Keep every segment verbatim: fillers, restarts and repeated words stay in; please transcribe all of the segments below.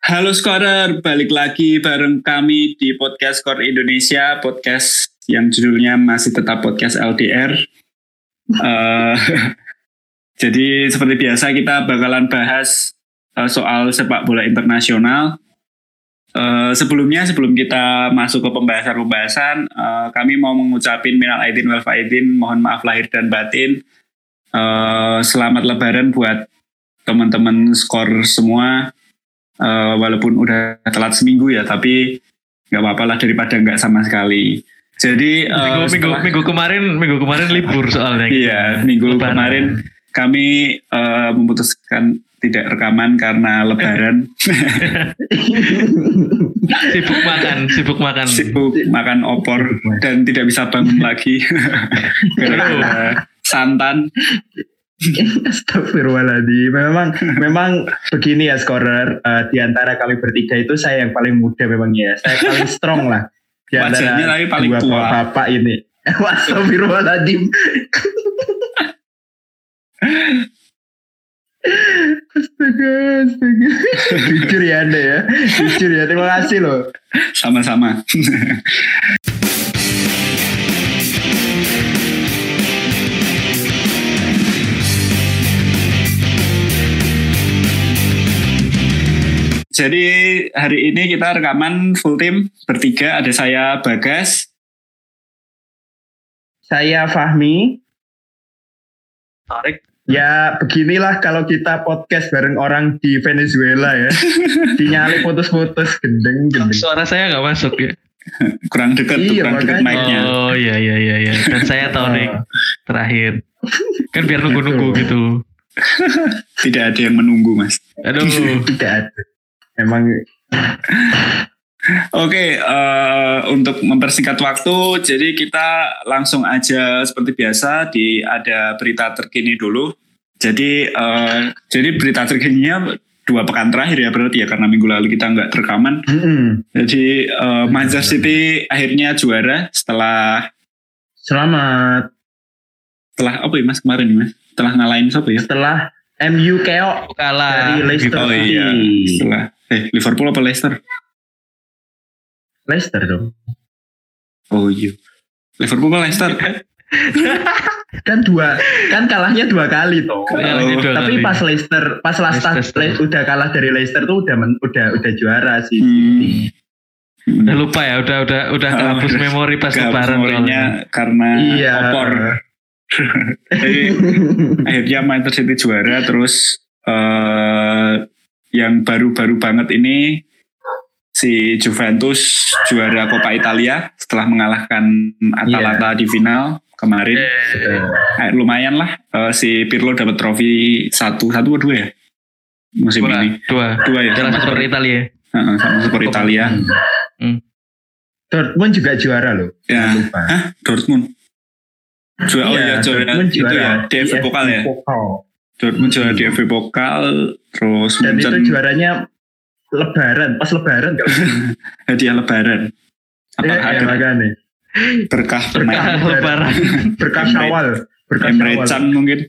Halo Scorer, balik lagi bareng kami di podcast Skor Indonesia, podcast yang judulnya masih tetap podcast L D R. uh, jadi seperti biasa kita bakalan bahas uh, soal sepak bola internasional. Uh, sebelumnya, sebelum kita masuk ke pembahasan-pembahasan, uh, kami mau mengucapin minal aidin wal faidin, mohon maaf lahir dan batin. Uh, selamat Lebaran buat teman-teman Skor semua. Uh, walaupun udah telat seminggu ya, tapi nggak apa-apa lah daripada nggak sama sekali. Jadi uh, minggu, setelah, minggu, minggu kemarin minggu kemarin libur soalnya. Iya, minggu Lebaran. Kemarin kami uh, memutuskan tidak rekaman karena Lebaran. sibuk makan, sibuk makan, sibuk makan opor dan tidak bisa bangun lagi gara-gara santan. Astagfirullahaladzim. Memang memang begini ya Scorer, uh, di antara kami bertiga itu saya yang paling muda memang ya. Saya paling strong lah di antara paling dua tua. bapak ini. Astagfirullahaladzim. Astaga, astaga. Jujur ya Anda ya. Jujur ya, terima kasih loh. Sama-sama. Jadi hari ini kita rekaman full tim bertiga. Ada saya Bagas, saya Fahmi, Tarik. Ya beginilah kalau kita podcast bareng orang di Venezuela ya. Sinyalnya putus-putus, gendeng-gendeng. Suara saya nggak masuk ya? Kurang dekat tuh, iya, kurang dekat mic-nya. Oh iya iya iya iya. Dan saya tahu nih terakhir. Kan biar nunggu-nunggu gitu. Tidak ada yang menunggu mas. Aduh. Tidak ada. Emang. Oke, okay, uh, untuk mempersingkat waktu, jadi kita langsung aja seperti biasa di ada berita terkini dulu. Jadi, uh, jadi berita terkininya dua pekan terakhir ya berarti ya, karena minggu lalu kita nggak rekaman. Mm-hmm. Jadi uh, Manchester City akhirnya juara setelah. Selamat. Setelah apa ya mas kemarin nih mas? Setelah ngalahin siapa ya? Setelah M U keok kalah dari Leicester. Oh iya. Setelah eh Liverpool apa Leicester? Leicester dong. Oh iya. Liverpool apa Leicester? Kan dua, kan kalahnya dua kali toh. Oh, dua tapi kali. pas Leicester, pas Leicester, Leicester udah kalah dari Leicester tuh udah men, udah udah juara sih. Hmm. Udah lupa ya, udah udah udah kehapus oh, memori pas lebaran memorinya karena iya. opor. Jadi akhirnya Manchester City juara. Terus uh, yang baru-baru banget ini si Juventus juara Coppa Italia setelah mengalahkan Atalanta yeah. di final kemarin. Yeah. Eh, lumayan lah uh, si Pirlo dapat trofi satu satu atau dua ya musim dua, ini. Dua. Dua ya. Sama Super Italia. Uh, sama Super Italia. Hmm. Dortmund juga juara loh. Ya. Hah? Dortmund. Juara, oh iya, ya juara itu ya D F B Pokal ya. Dortmund juara D F B Pokal, terus dan Munchen, itu juaranya Lebaran, pas Lebaran kalau hadiah Lebaran. Apa ya, ada ya, nih. berkah berkah Lebaran, berkah Syawal, berkah Emre Can mungkin.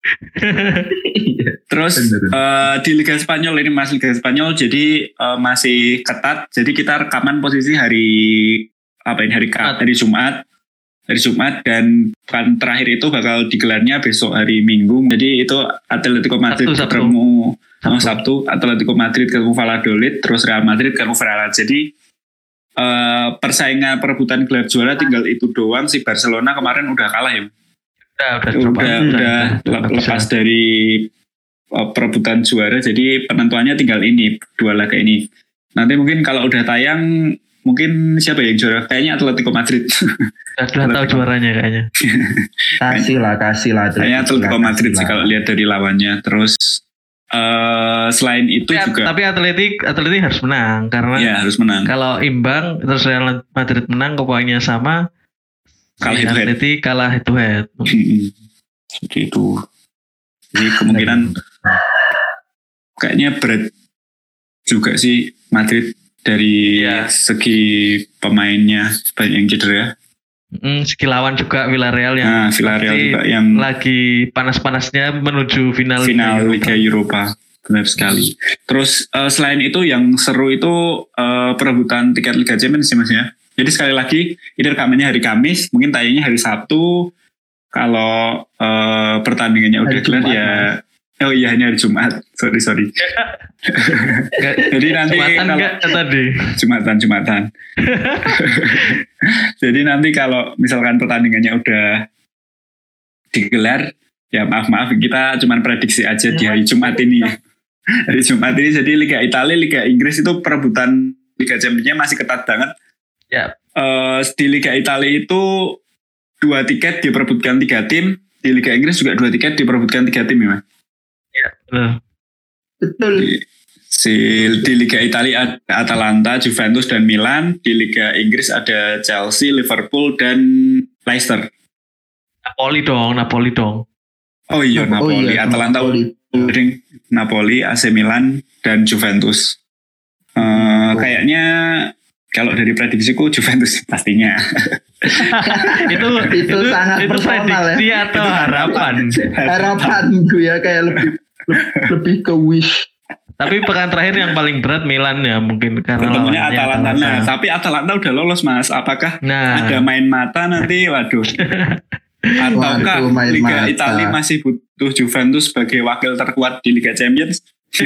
Terus uh, di Liga Spanyol ini masih Liga Spanyol, jadi uh, masih ketat. Jadi kita rekaman posisi hari apa ini hari Jumat, hari Jumat. Hari Jumat dan pekan terakhir itu bakal digelarnya besok hari Minggu. Jadi itu Atletico Madrid Sabtu, ketemu Sabtu. Sabtu, Atletico Madrid ketemu Valladolid, terus Real Madrid ketemu Villarreal. Jadi uh, persaingan perebutan gelar juara tinggal itu doang. Si Barcelona kemarin udah kalah ya. Udah udah udah, udah, udah, udah lepas bisa. Dari uh, perebutan juara. Jadi penentuannya tinggal ini dua laga ini. Nanti mungkin kalau udah tayang mungkin siapa yang juara? Kayaknya Atletico Madrid. Sudah tahu juaranya kayaknya. Kasih lah, kasih lah. Kayaknya Atletico Madrid sih kalau lihat dari lawannya. Terus uh, selain itu tapi, juga. Tapi Atletik, Atletik harus menang karena. Ya harus menang. Kalau imbang terus Real Madrid menang, poinnya sama. Kalah head to head. Atletik kalah head to head. Seperti itu. Jadi kemungkinan kayaknya berat juga sih Madrid. Dari ya. Segi pemainnya banyak yang cedera. Hmm, segi lawan juga Villarreal yang nah, Villarreal juga yang lagi panas-panasnya menuju final final Liga Eropa. benar sekali. Terus uh, selain itu yang seru itu uh, perebutan tiket Liga Champions sih Mas ya. Jadi sekali lagi ini rekamannya hari Kamis, mungkin tayangnya hari Sabtu. Kalau uh, pertandingannya udah kelar ya. Oh iya, ini hari Jumat. Sorry, sorry. Jadi nanti Jumatan kalau enggak tadi? Jumatan, Jumatan. Jadi nanti kalau misalkan pertandingannya udah digelar, ya maaf-maaf kita cuma prediksi aja di hari Jumat ini. Hari Jumat ini jadi Liga Italia, Liga Inggris itu perebutan Liga Champions-nya masih ketat banget. Ya. Uh, di Liga Italia itu dua tiket diperebutkan tiga tim, di Liga Inggris juga dua tiket diperebutkan tiga tim ya, Mas? Ya, betul. Betul. Di, si, di Liga Italia ada Atalanta, Juventus, dan Milan. Di Liga Inggris ada Chelsea, Liverpool, dan Leicester. Napoli dong, Napoli dong. Oh iya, Oh, Napoli, iya, Atalanta, Napoli. Napoli, A C Milan, dan Juventus. Uh, Oh. Kayaknya kalau dari prediksiku Juventus pastinya. itu Itu sangat itu personal prediksi ya. atau harapan. Harapanku ya kayak lebih lebih ke wish. Tapi pekan terakhir yang paling berat Milan ya mungkin karena Ketemunya lawannya Atalanta. Nah, Atalanta. tapi Atalanta udah lolos Mas. Apakah Nah, ada main mata nanti? Waduh. Ataukah Waduh, main Liga mata. Italia masih butuh Juventus sebagai wakil terkuat di Liga Champions?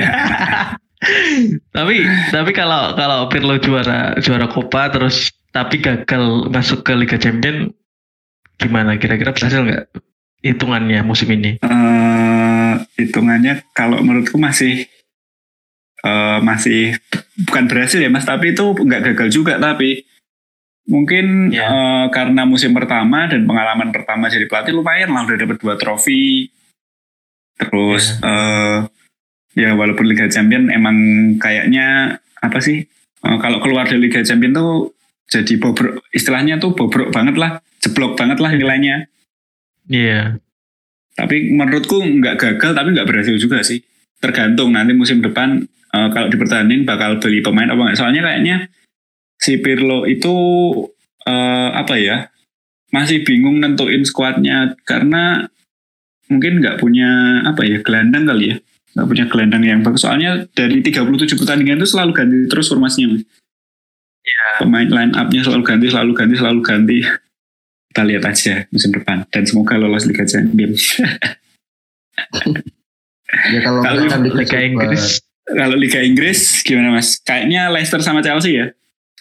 tapi tapi kalau kalau Pirlo juara juara Copa terus tapi gagal masuk ke Liga Champions, gimana kira-kira berhasil nggak hitungannya musim ini? Eh, hitungannya kalau menurutku masih eh, masih bukan berhasil ya Mas, tapi itu nggak gagal juga, tapi mungkin Ya. eh, karena musim pertama dan pengalaman pertama jadi pelatih lumayan lah udah dapat dua trofi. Terus eh, ya walaupun Liga Champions emang kayaknya apa sih, eh, kalau keluar dari Liga Champions tuh jadi bobrok, istilahnya tuh bobrok banget lah, jeblok banget lah nilainya. Iya. Tapi menurutku nggak gagal tapi nggak berhasil juga sih. Tergantung nanti musim depan uh, kalau dipertahankan bakal beli pemain apa nggak. Soalnya kayaknya si Pirlo itu uh, apa ya, masih bingung nentuin skuadnya karena mungkin nggak punya apa ya, gelandang kali ya. Nggak punya gelandang yang bagus. Soalnya dari tiga puluh tujuh pertandingan itu selalu ganti terus formasinya. Iya. Pemain line up-nya selalu ganti, selalu ganti, selalu ganti. Kita lihat aja musim depan dan semoga lolos Liga Champions. Ya kalau Kalau misalkan Liga Liga Super. Inggris Kalau Liga Inggris gimana Mas? Kayaknya Leicester sama Chelsea ya?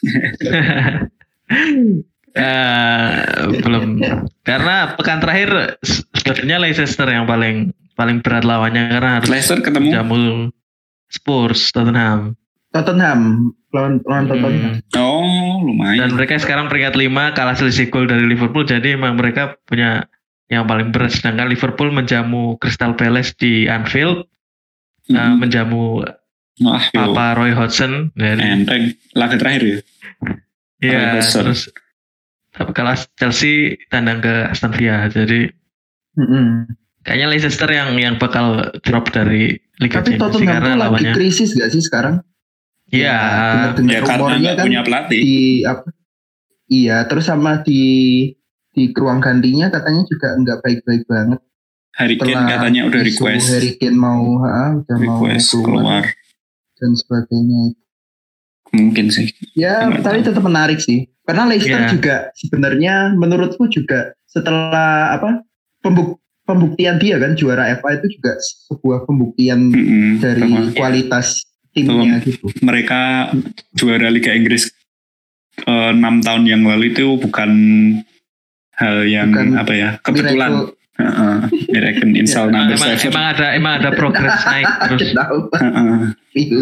Eh, belum, karena pekan terakhir sebenarnya Leicester yang paling paling berat lawannya karena harus Leicester ketemu jamu Spurs, Tottenham. Tottenham lawan lawan Tottenham. Hmm. oh Dan lumayan. mereka sekarang peringkat lima, kalah selisih gol dari Liverpool, jadi emang mereka punya yang paling berat. Sedangkan Liverpool menjamu Crystal Palace di Anfield, eh, Hmm. menjamu Wah, yo, Papa Roy Hodgson dari enteng. Laga terakhir ya. ya, Roy Hodgson. terus tapi kalah Chelsea tandang ke Aston Villa, jadi Mm-mm. kayaknya Leicester yang yang bakal drop dari Liga Tapi Champions Tottenham karena tuh lagi lawannya. krisis gak sih sekarang? Iya, Dengar-dengar Ya karena rumornya nggak kan punya pelatih. di apa? Iya, terus sama di di ruang gantinya katanya juga nggak baik-baik banget. Harry Kane Setelah katanya udah isu request Harry Kane mau ha, udah request mau keluar. dan sebagainya. Mungkin sih. Ya, Nggak tapi tahu. tetap menarik sih. Karena Leicester Iya. juga sebenarnya menurutku juga setelah apa pembuk pembuktian dia kan juara F A itu juga sebuah pembuktian Mm-mm. dari Sama kualitas timnya gitu. mereka juara Liga Inggris eh, enam tahun yang lalu itu bukan hal yang Bukan apa ya, kebetulan. Miracle. Heeh. Miracle inside emang, number emang, seven. emang ada emang ada progres naik terus. Kenapa? Heeh. Itu.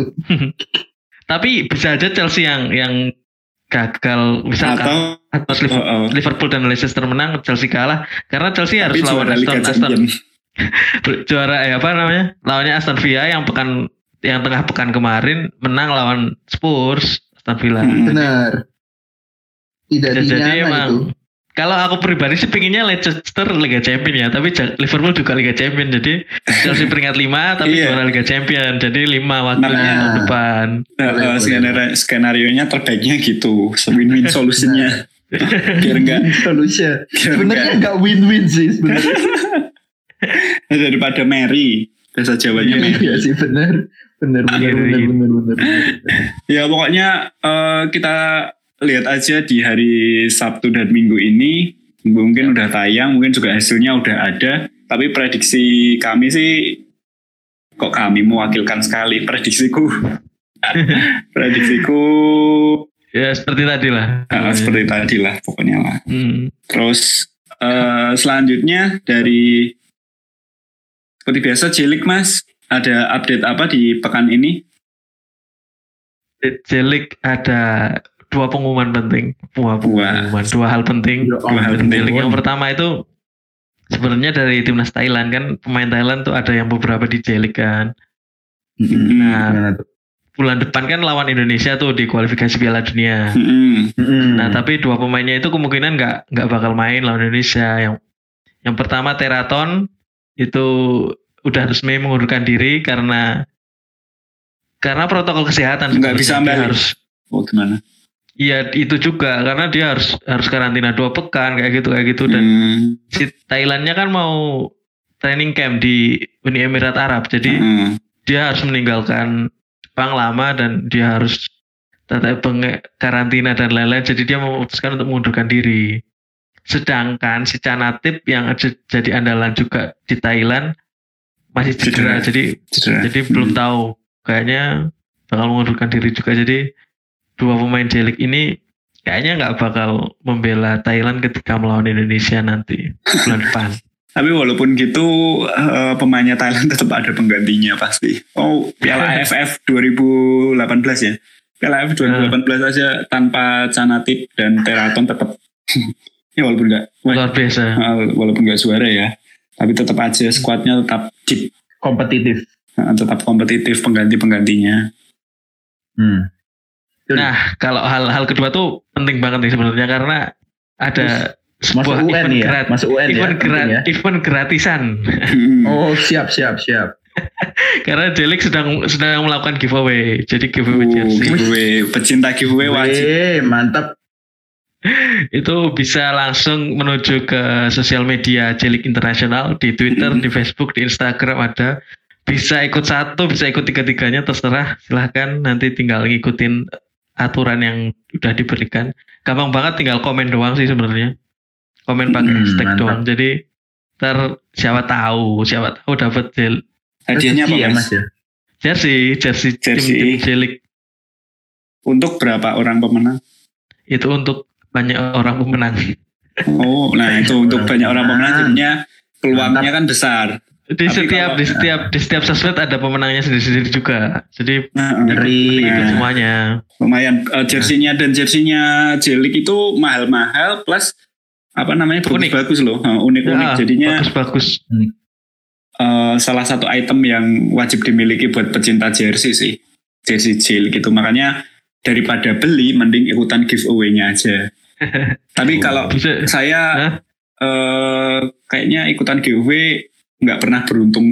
Tapi bisa aja Chelsea yang yang gagal misalkan Atau atau Liverpool, oh, oh. Liverpool dan Leicester menang, Chelsea kalah karena Chelsea Tapi harus lawan juara Liga Aston, Aston Champions. juara ya apa namanya lawannya Aston Villa yang pekan yang tengah pekan kemarin menang lawan Spurs Aston Villa. Hmm. Benar. Tidak Ya, jadi dinyana emang itu. kalau aku pribadi sih pinginnya Leicester Liga Champion ya, tapi Ja- Liverpool juga Liga Champion, jadi Chelsea peringkat lima tapi Iya. juara Liga Champion, jadi lima waktunya Nah. tahun depan. Nah, Boleh, eh, boleh. skenario skenarionya terbaiknya gitu, win-win solusinya. Biar enggak Solution. biar Sebenarnya enggak nggak win-win sih sebenarnya. daripada Mary bahasa Jawanya Mary. Iya sih benar. Benar benar benar benar benar. Ya pokoknya uh, kita lihat aja di hari Sabtu dan Minggu ini, mungkin udah tayang, mungkin juga hasilnya udah ada. Tapi prediksi kami sih, kok kami mewakilkan sekali prediksiku. prediksiku ya seperti tadi lah. Uh, seperti tadi lah pokoknya lah. Hmm. Terus uh, selanjutnya dari seperti biasa Jelik Mas, ada update apa di pekan ini? Jelik ada dua pengumuman penting, dua pengumuman, dua hal penting. Dua hal penting. Jelik yang pertama itu sebenarnya dari timnas Thailand kan, pemain Thailand tuh ada yang beberapa di Jelik kan. Mm-hmm. Nah bulan depan kan lawan Indonesia tuh di kualifikasi Piala Dunia. Mm-hmm. Nah tapi dua pemainnya itu kemungkinan nggak nggak bakal main lawan Indonesia. Yang yang pertama Teraton itu udah resmi mengundurkan diri karena karena protokol kesehatan nggak bisa balik. Harus oh gimana? Iya itu juga karena dia harus harus karantina dua pekan kayak gitu kayak gitu dan hmm. si Thailandnya kan mau training camp di Uni Emirat Arab jadi hmm. dia harus meninggalkan Jepang lama dan dia harus tetap karantina dan lain-lain jadi dia memutuskan untuk mengundurkan diri. Sedangkan si Canatip yang jadi andalan juga di Thailand masih cedera, cedera. jadi cedera. jadi hmm. belum tahu kayaknya bakal mengundurkan diri juga jadi dua pemain Jelik ini kayaknya nggak bakal membela Thailand ketika melawan Indonesia nanti bulan depan. Tapi walaupun gitu uh, pemainnya Thailand tetap ada penggantinya pasti. Oh Piala A F F dua ribu delapan belas ya. Piala A F F dua ribu delapan belas uh. aja tanpa Canatip dan Teraton tetap ya walaupun nggak luar biasa walaupun nggak juara ya tapi tetap aja skuadnya tetap deep, kompetitif tetap kompetitif pengganti-penggantinya. hmm. Nah kalau hal-hal kedua tuh penting banget nih sebenarnya karena ada Mas, sebuah U N event, ya? grat, U N event, ya? grat, ya? event gratisan. Oh siap siap siap. Karena Jelik sedang sedang melakukan giveaway jadi giveaway oh, jersey giveaway pecinta giveaway wajib. Wee, mantap. Itu bisa langsung menuju ke sosial media Jelik Internasional di Twitter, mm-hmm. di Facebook, di Instagram ada. Bisa ikut satu, bisa ikut tiga-tiganya terserah. Silahkan nanti tinggal ngikutin aturan yang udah diberikan. Gampang banget tinggal komen doang sih sebenarnya. Komen pakai mm, hashtag mantap. doang. Jadi ntar siapa tahu, siapa tahu dapat jel. Hadiahnya apa Mas? Ya? Jersey, jersey, jersey. tim, tim Jelik. Untuk berapa orang pemenang? Itu untuk banyak orang pemenang. Oh, nah itu untuk banyak orang pemenang jadinya peluangnya kan besar. Di Tapi setiap kalau, di setiap di setiap sosmed ada pemenangnya sendiri-sendiri juga. Jadi nah, dari nah, semuanya. Lumayan uh, jersinya dan jersinya Jelik itu mahal-mahal plus apa namanya bagus-bagus loh, uh, unik-unik. Ya, jadinya bagus-bagus. Uh, salah satu item yang wajib dimiliki buat pecinta jersey sih, jersey Jelik itu. Makanya daripada beli mending ikutan giveaway-nya aja. Tapi kalau bisa, saya uh, kayaknya ikutan giveaway nggak pernah beruntung.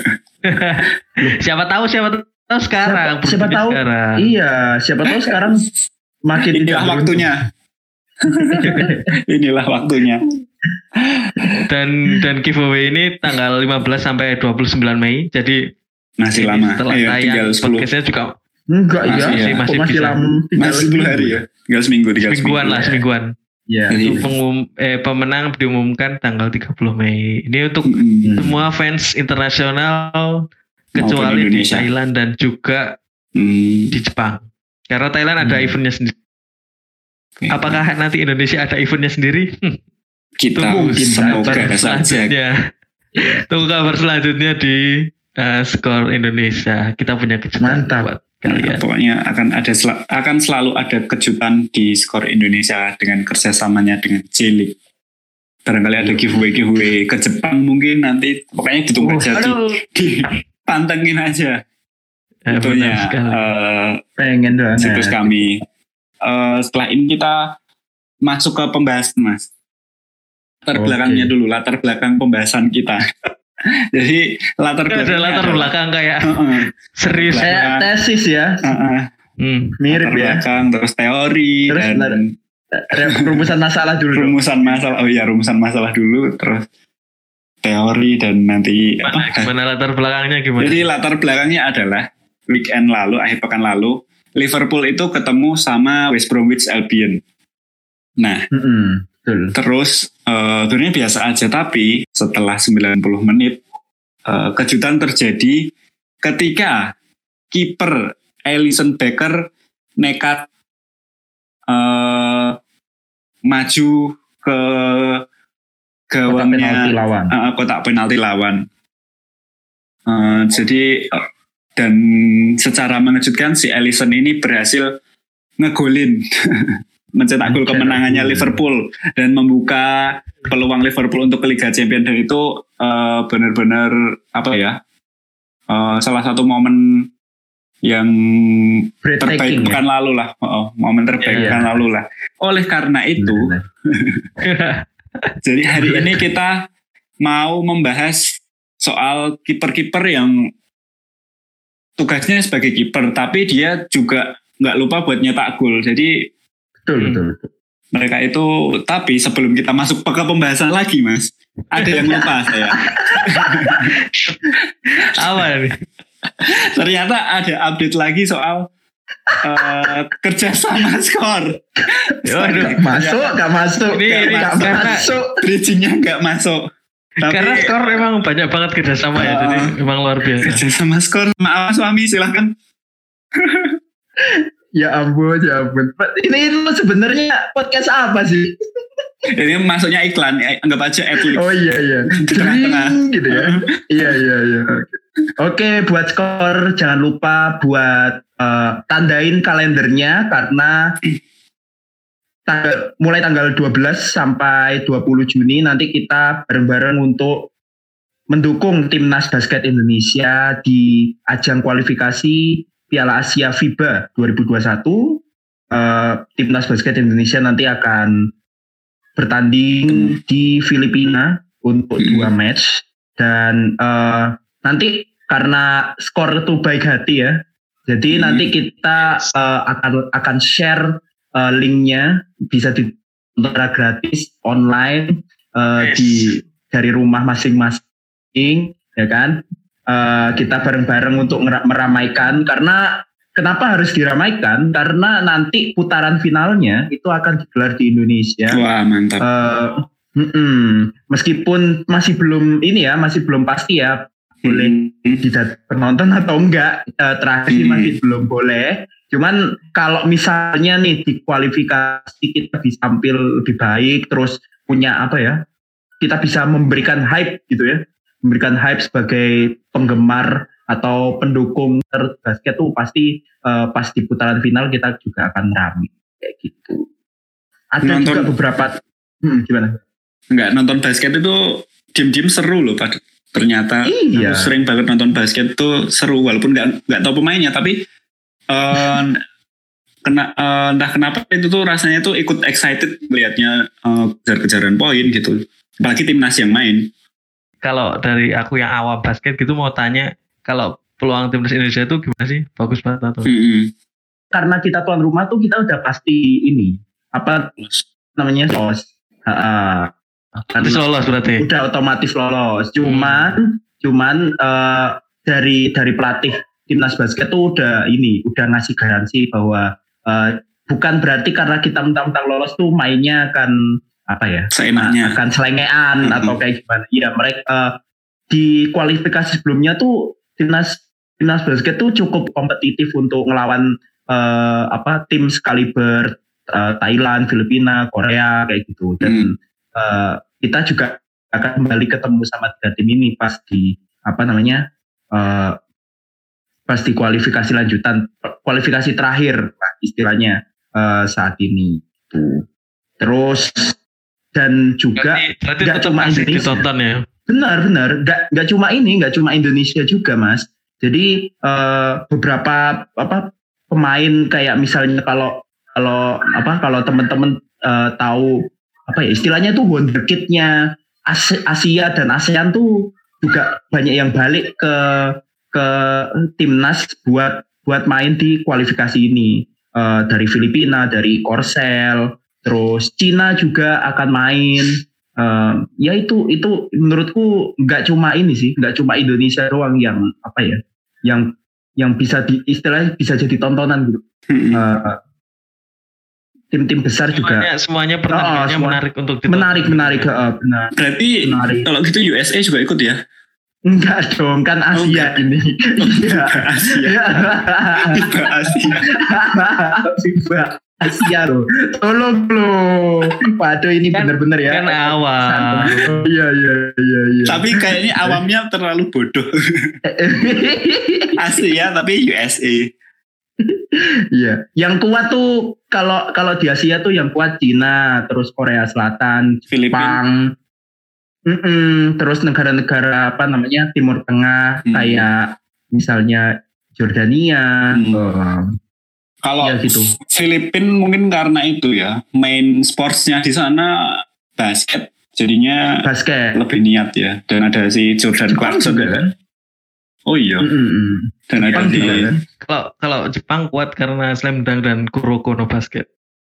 Siapa tahu siapa tahu sekarang. Siapa, siapa tahu sekarang. Iya, siapa tahu sekarang makin inilah waktunya. Inilah waktunya. Dan dan giveaway ini tanggal lima belas sampai dua puluh sembilan Mei. Jadi masih lama. Setelah Ayo, tayang podcastnya juga enggak masih, ya, masih, masih, masih bisa. lama, masih sepuluh hari ya, tinggal seminggu, tinggal semingguan seminggu. lah, semingguan. Ya. Untuk pengum, eh, pemenang diumumkan tanggal tiga puluh Mei. Ini untuk hmm. semua fans internasional kecuali di Thailand dan juga hmm. di Jepang. Karena Thailand hmm. ada eventnya sendiri. Okay. Apakah nanti Indonesia ada eventnya sendiri? Kita semoga saja. Tunggu kabar selanjutnya di uh, Skor Indonesia. Kita punya kejutan buat kalian. Pokoknya akan ada akan selalu ada kejutan di Skor Indonesia dengan kerjasamanya dengan Jelik. Barangkali ada giveaway-giveaway ke Jepang mungkin nanti. Pokoknya ditunggu aja, oh, dipantengin aja. Tentunya uh, pengen banget situs kami. Uh, setelah ini kita masuk ke pembahasan Mas. Latar okay. belakangnya dulu, latar belakang pembahasan kita. Jadi latar belakang ada latar belakang kayak uh-uh. serius kayak tesis ya. Uh-uh. Hmm. Mirip latar ya. Belakang, terus teori terus dan rumusan masalah dulu. Rumusan masalah. Oh iya, rumusan masalah dulu terus teori dan nanti Gimana, apa? gimana latar belakangnya gimana? Jadi latar belakangnya adalah weekend lalu, akhir pekan lalu, Liverpool itu ketemu sama West Bromwich Albion. Nah, Mm-hmm. Betul. terus uh, sebenarnya biasa aja, tapi setelah sembilan puluh menit uh, kejutan terjadi ketika kiper Alisson Becker nekat uh, maju ke gawangnya penalti lawan. Uh, kotak penalti lawan. Uh, jadi uh, dan secara mengejutkan si Alisson ini berhasil ngegolin mencetak gol kemenangannya Liverpool dan membuka peluang Liverpool untuk ke Liga Champions. Dan itu uh, benar-benar apa ya, uh, salah satu momen yang terbaik ya? pekan lalu lah, oh, momen terbaik Yeah. pekan lalu lah. Oleh karena itu, jadi hari ini kita mau membahas soal kiper-kiper yang tugasnya sebagai kiper, tapi dia juga nggak lupa buat nyetak gol. Jadi Betul, Hmm. betul, betul. mereka itu, tapi sebelum kita masuk ke pembahasan lagi, Mas, ada yang lupa saya. Apa ini? Ternyata ada update lagi soal uh, kerjasama skor. Waduh. Gak masuk, gak masuk, Ini- gak, ini gak karena- masuk. Bridging-nya nggak masuk. Tapi Karena skor emang banyak banget kerjasama ya, Uh, jadi emang luar biasa. kerjasama skor. Maaf suami, silahkan. Ya ampun, ya ampun. Ini itu sebenarnya podcast apa sih? Ini masuknya iklan, eh, anggap aja adlib. Oh iya iya. Di tengah-tengah. Jering gitu ya. Iya iya iya. Oke. Oke, buat skor jangan lupa buat eh, tandain kalendernya karena tanggal, mulai tanggal dua belas sampai dua puluh Juni nanti kita bareng-bareng untuk mendukung timnas basket Indonesia di ajang kualifikasi Piala Asia FIBA dua ribu dua puluh satu. Eh, timnas basket Indonesia nanti akan bertanding di Filipina untuk Hmm. dua match dan eh, nanti karena skor itu baik hati ya, jadi Hmm. nanti kita eh, akan akan share eh, linknya, bisa ditonton gratis online eh, Yes. di dari rumah masing-masing, ya kan? Eh, kita bareng-bareng untuk ngera- meramaikan. Karena kenapa harus diramaikan? Karena nanti putaran finalnya itu akan digelar di Indonesia. Wah, mantap. Eh, mm-mm. Meskipun masih belum ini ya, masih belum pasti ya boleh Hmm. tidak penonton atau enggak. Eh, terakhir sih Hmm. masih belum boleh. Cuman kalau misalnya nih di kualifikasi kita bisa tampil lebih baik, terus punya apa ya? Kita bisa memberikan hype gitu ya. Memberikan hype sebagai penggemar atau pendukung basket tuh pasti eh, pas di putaran final kita juga akan ramai kayak gitu. Ada Nonton- juga beberapa hmm, gimana? Enggak, nonton basket itu diem-diem seru loh, Pak. Ternyata Iya. aku sering banget nonton basket tuh seru, walaupun nggak nggak tahu pemainnya, tapi eh, kena eh, entah kenapa itu tuh rasanya tuh ikut excited melihatnya eh, kejar-kejaran poin gitu. Apalagi timnas yang main. Kalau dari aku yang awam basket gitu mau tanya, kalau peluang timnas Indonesia itu gimana sih? Bagus banget atau? Mm-mm. Karena kita tuan rumah tuh kita udah pasti ini apa namanya lolos. Ha-ha. Nanti lolos berarti. Udah otomatis lolos. Cuman cuman eh, dari dari pelatih timnas basket tuh udah ini udah ngasih garansi bahwa eh, bukan berarti karena kita mentang-mentang lolos tuh mainnya akan apa ya? Seenaknya. akan selengean Mm-hmm. atau kayak gimana. Iya, mereka eh, di kualifikasi sebelumnya tuh timnas timnas basket tuh cukup kompetitif untuk ngelawan eh, apa tim sekaliber eh, Thailand, Filipina, Korea kayak gitu. Dan eh, kita juga akan kembali ketemu sama tiga tim ini pas di apa namanya? eh, pas di kualifikasi lanjutan, kualifikasi terakhir lah istilahnya eh, saat ini. Tuh. Terus dan juga Berarti, berarti nggak tetap cuma asik Indonesia. ditonton ya. benar-benar nggak nggak cuma ini, nggak cuma Indonesia juga, Mas. Jadi eh, beberapa apa pemain kayak misalnya kalau kalau apa kalau teman-teman eh, tahu apa ya istilahnya tuh wonderkidnya As- Asia dan ASEAN tuh juga banyak yang balik ke ke timnas buat buat main di kualifikasi ini. Eh, dari Filipina, dari Korsel, terus Cina juga akan main, Uh, ya itu itu menurutku nggak cuma ini sih, nggak cuma Indonesia doang yang apa ya, yang yang bisa di istilahnya bisa jadi tontonan gitu. Hmm. Uh, tim-tim besar semuanya, juga semuanya pertandingannya oh, semua, menarik untuk ditonton. Menarik menarik uh, benar. Berarti menarik. Kalau gitu U S A juga ikut ya? Enggak dong, kan Asia oh, ini. Iya. Asia. Fiba Asia. Fiba Asia loh. Tolong loh. Waduh ini kan, benar-benar ya. Kan awam. Oh, iya iya iya iya. Tapi kayaknya awamnya terlalu bodoh. Asia tapi U S A. Iya, yang kuat tuh kalau kalau di Asia tuh yang kuat Cina, terus Korea Selatan, Jepang, terus negara-negara apa namanya Timur Tengah hmm. kayak misalnya Jordania. Hmm. Uh, kalau ya gitu. Filipina mungkin karena itu ya main sportsnya di sana basket, jadinya basket lebih niat ya. Dan ada si Jordan Clarkson juga kan. Oh iya. Mm-hmm. Dan ada di kalau kalau Jepang kuat karena slam dunk dan Kuroko no basket.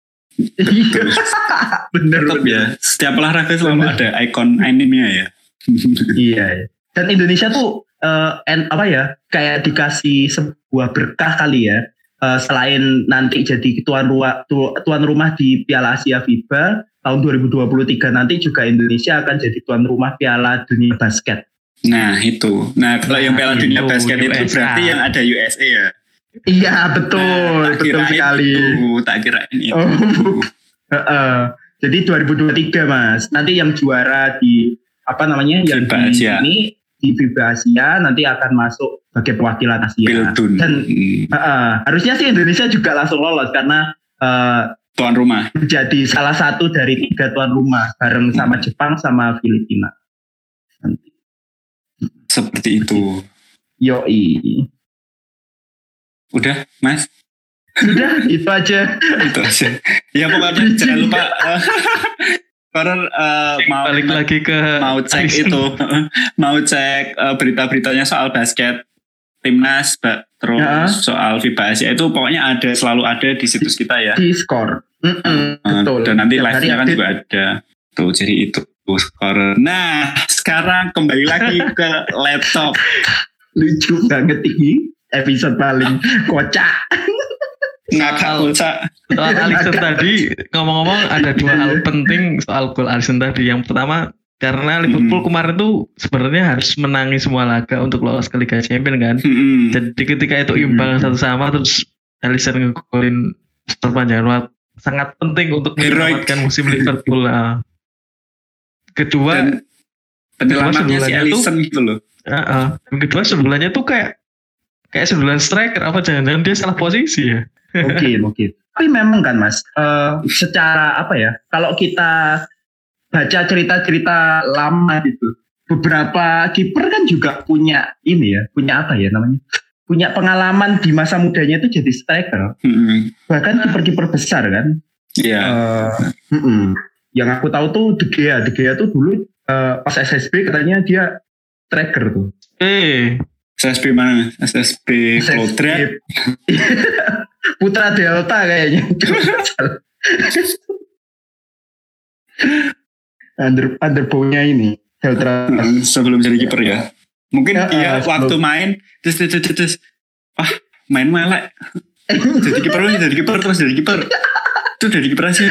Bener tetap ya. Setiap olahraga selalu bener. Ada ikon animenya ya. Iya. Dan Indonesia tuh uh, en, apa ya? Kayak dikasih sebuah berkah kali ya. Uh, selain nanti jadi tuan rumah tuan rumah di Piala Asia FIBA tahun dua ribu dua puluh tiga nanti juga Indonesia akan jadi tuan rumah Piala Dunia Basket. Nah itu, nah kalau nah, yang Piala Dunia Basket itu U S A. Berarti yang ada U S A ya? Iya betul, nah, betul sekali. Itu, tak kirain itu. Oh, uh, uh. Jadi dua ribu dua puluh tiga mas, nanti yang juara di apa namanya yang FIBA di Asia. Ini di FIBA Asia nanti akan masuk sebagai perwakilan Asia. Piltun. Dan uh, uh, harusnya sih Indonesia juga langsung lolos karena uh, tuan rumah. Jadi salah satu dari tiga tuan rumah bareng sama Jepang sama Filipina. Nanti. Seperti itu. Yoi. Udah, Mas? Udah, itu aja. Itu aja. Ya pokoknya jangan lupa. Karena uh, mau balik lagi ke mau cek Alison. Itu, mau cek uh, berita-beritanya soal basket timnas, terus ya. Soal FIBA Asia itu pokoknya ada selalu ada di situs kita ya. Di skor. Uh, betul. Dan nanti live-nya kan juga ada. Tuh, jadi itu. Skor. Nah, sekarang kembali lagi ke laptop. Lucu banget ini episode paling kocak. Ngakak kocak. Soal Alison tadi ngomong-ngomong ada dua hal penting soal gol Alison tadi. Yang pertama karena Liverpool hmm. kemarin tuh sebenarnya harus menangi semua laga untuk lolos ke Liga Champions kan. Hmm. Jadi ketika itu imbang hmm. satu sama terus Alison ngegolin sepanjang waktu sangat penting untuk menyelamatkan musim Liverpool. Nah. Kedua, dan penyelamatnya si Alisson gitu loh. Uh, uh, kedua sebelahnya tuh kayak kayak sebelah striker apa jangan-jangan dia salah posisi ya? Mungkin mungkin. Tapi memang kan mas, uh, secara apa ya? Kalau kita baca cerita-cerita lama gitu, beberapa kiper kan juga punya ini ya, punya apa ya namanya? Punya pengalaman di masa mudanya itu jadi striker. Mm-hmm. Bahkan kiper-kiper besar kan? Iya. Yeah. Uh, Yang aku tahu tuh De Gea, De Gea tuh dulu uh, pas S S B katanya dia striker tuh. Eh, S S B mana? S S B Klodrat. Putra Delta kayaknya. under underbownya ini Delta. Sebelum jadi kiper ya. Mungkin ya, dia uh, waktu sebelum. main terus terus terus, terus ah main melek. jadi kiper jadi kiper terus jadi kiper. Itu dari kiper aja.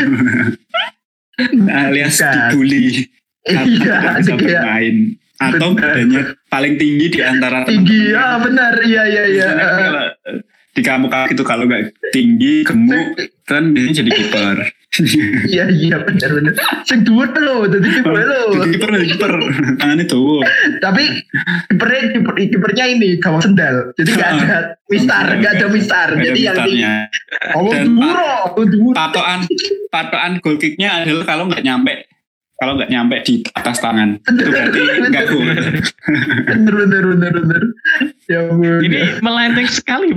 Alias dibully iya, bisa bermain atau badannya paling tinggi di antara tinggi ya benar iya iya iya di kamu itu kalau nggak tinggi gemuk kan biasanya jadi kiper. Iya iya benar benar sing dhuwur lho dadi kiper lho dadi kiper dadi kiper tangane dawa tapi kipernya kiper kipernya ini gawang sendal jadi nggak ada mistar nggak ada mistar jadi yang di oh dhuwur patokan patokan goal kicknya adalah kalau nggak nyampe kalau nggak nyampe di atas tangan itu berarti nggak gol. Bener bener bener bener ya ampun ini melenceng sekali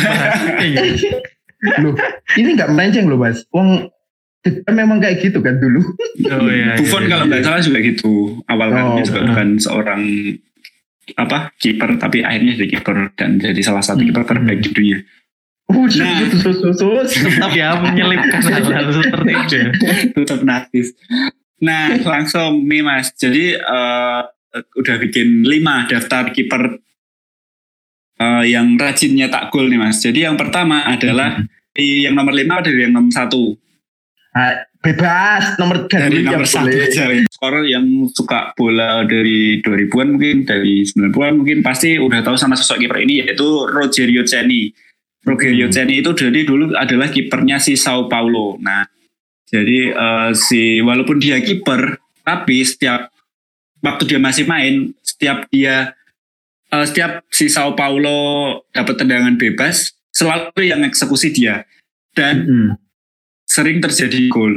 loh ini nggak melenceng loh mas wong memang kayak gitu kan dulu. Oh, iya, Buffon iya, kalau nggak iya. salah juga gitu. Awal kan oh, dia juga uh. bukan seorang apa kiper tapi akhirnya jadi kiper dan jadi salah satu kiper terbaik di dunia. Uh, nah, tetap ya menyelipkan hal-hal seperti itu. Tetap natis. Nah, langsung nih Mas. Jadi uh, udah bikin lima daftar kiper uh, yang rajin nyetak gol nih Mas. Jadi yang pertama adalah di yang nomor lima dari yang nomor satu. Nah, bebas nomor dari nomor satu aja. Skor yang suka bola dari dua ribuan mungkin, dari sembilan puluhan mungkin pasti udah tahu sama sosok kiper ini, yaitu Rogerio Ceni. Rogerio hmm. Ceni itu jadi dulu adalah kipernya si Sao Paulo. Nah, jadi uh, si walaupun dia kiper, tapi setiap waktu dia masih main, setiap dia uh, setiap si Sao Paulo dapat tendangan bebas, selalu yang eksekusi dia dan hmm. sering terjadi gol.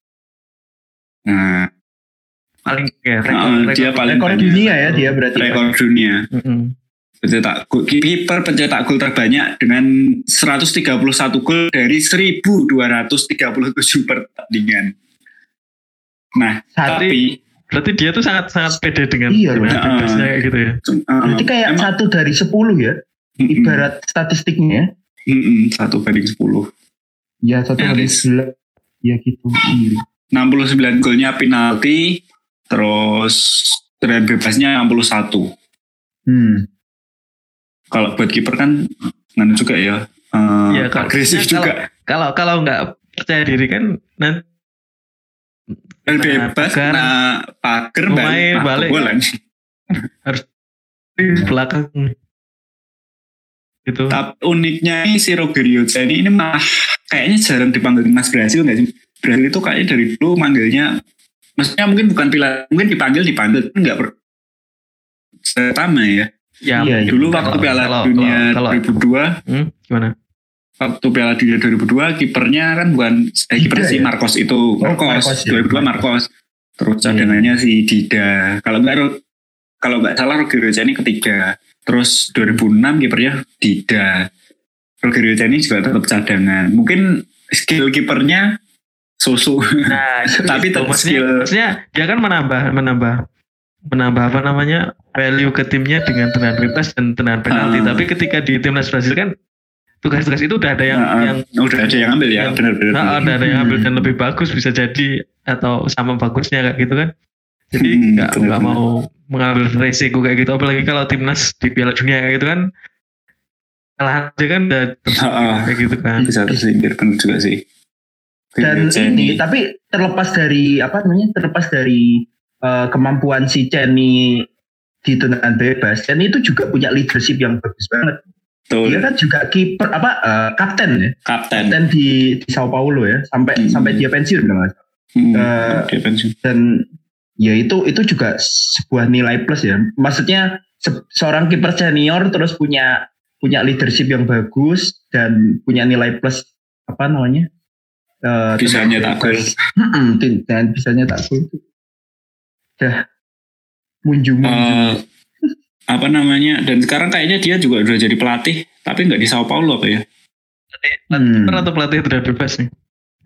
Nah, paling ya, rekor, uh, rekor, dia paling rekor dunia ya dia berarti rekor kan? dunia. Mm-hmm. Pencetak kiper pencetak gol terbanyak dengan seratus tiga puluh satu gol dari seribu dua ratus tiga puluh tujuh pertandingan. Nah, Sati, tapi berarti dia tuh sangat sangat pede dengan iya, bebasnya kayak gitu ya. Uh, berarti kayak emang, satu dari sepuluh ya. Mm-mm. Ibarat statistiknya. Mm-mm, satu banding sepuluh. Ya, satu banding sebelas. Ya gitu. enam puluh sembilan golnya penalti, terus tendangan bebasnya enam puluh satu. Hmm. Kalau buat kiper kan nggak juga ya, uh, ya kalau, agresif ya, juga. Kalau kalau nggak percaya diri kan nanti dan bebas, nah, nah pagar balik, balik bolan. Harus di belakang. Gitu. Tapi uniknya ini si Rogerio Ceni ini mah kayaknya jarang dipanggil timnas Brasil nggak sih? Brasil itu kayaknya dari dulu manggilnya, maksudnya mungkin bukan pilihan, mungkin dipanggil dipanggil nggak per pertama ya. Ya, iya, dulu kalau, waktu Piala kalau, Dunia kalau, dua ribu dua, hmm, gimana? Waktu Piala Dunia dua ribu dua kipernya kan bukan eh, kiper si Marcos itu, Marcos, Marcos dua ribu dua ya. Marcos. Terus cadangannya hmm. si Dida. Kalau nggak kalau nggak salah Rogerio Ceni ketiga. Terus dua ribu enam kipernya Dida. Rogerio Ceni juga tetap cadangan. Mungkin skill kipernya so-so. Nah, tapi tetap skill. Maksudnya dia kan menambah menambah menambah apa namanya value ke timnya dengan tendangan bebas dan tendangan penalti. Uh, Tapi ketika di timnas Brasil kan tugas-tugas itu udah ada yang uh, yang udah ada yang ambil ya, benar-benar. Nah, ada ada yang ambil dan lebih bagus bisa jadi atau sama bagusnya kayak gitu kan. Jadi nggak hmm, nggak mau mengambil resiko kayak gitu. Apalagi kalau timnas di Piala Dunia kayak gitu kan, kalah aja kan udah uh, kayak gitu kan. Bisa tersindir benar juga sih. Dan ini tapi terlepas dari apa namanya terlepas dari Uh, kemampuan si Ceni di tendangan bebas, Ceni itu juga punya leadership yang bagus banget. Betul. Dia kan juga kiper apa uh, kapten ya, kapten, kapten di, di Sao Paulo ya, sampai hmm. sampai dia pensiun kan mas. Hmm, uh, dia pensiun. Dan ya itu itu juga sebuah nilai plus ya. Maksudnya se- seorang kiper senior terus punya punya leadership yang bagus dan punya nilai plus apa namanya? Uh, bisa nyetak gol. Dan bisa nyetak gol itu. Dah munjung uh, apa namanya, dan sekarang kayaknya dia juga udah jadi pelatih tapi nggak di Sao Paulo apa ya, hmm. atau pelatih udah bebas nih.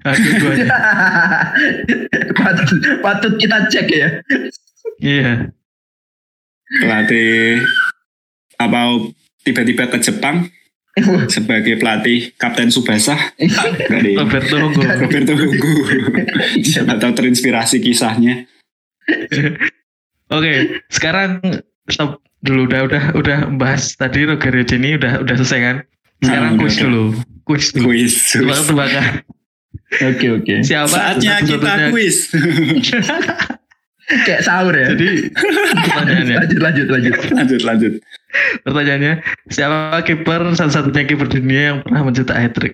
patut, patut kita cek ya. Iya yeah. Pelatih apa tiba-tiba ke Jepang sebagai pelatih Kapten Tsubasa. Roberto Honggo Roberto Honggo atau terinspirasi kisahnya. Oke, okay, sekarang stop dulu, udah udah udah bahas tadi Rogerio Ceni udah udah selesai kan? Sekarang kuis dulu, kuis dulu. Kuis. Tebak-tebakan. Oke oke. Siapa? Saatnya kita kuis. Kayak sahur ya. Jadi pertanyaannya. Lanjut lanjut lanjut. Lanjut lanjut. Pertanyaannya, siapa kiper satu-satunya kiper dunia yang pernah mencetak hat-trick?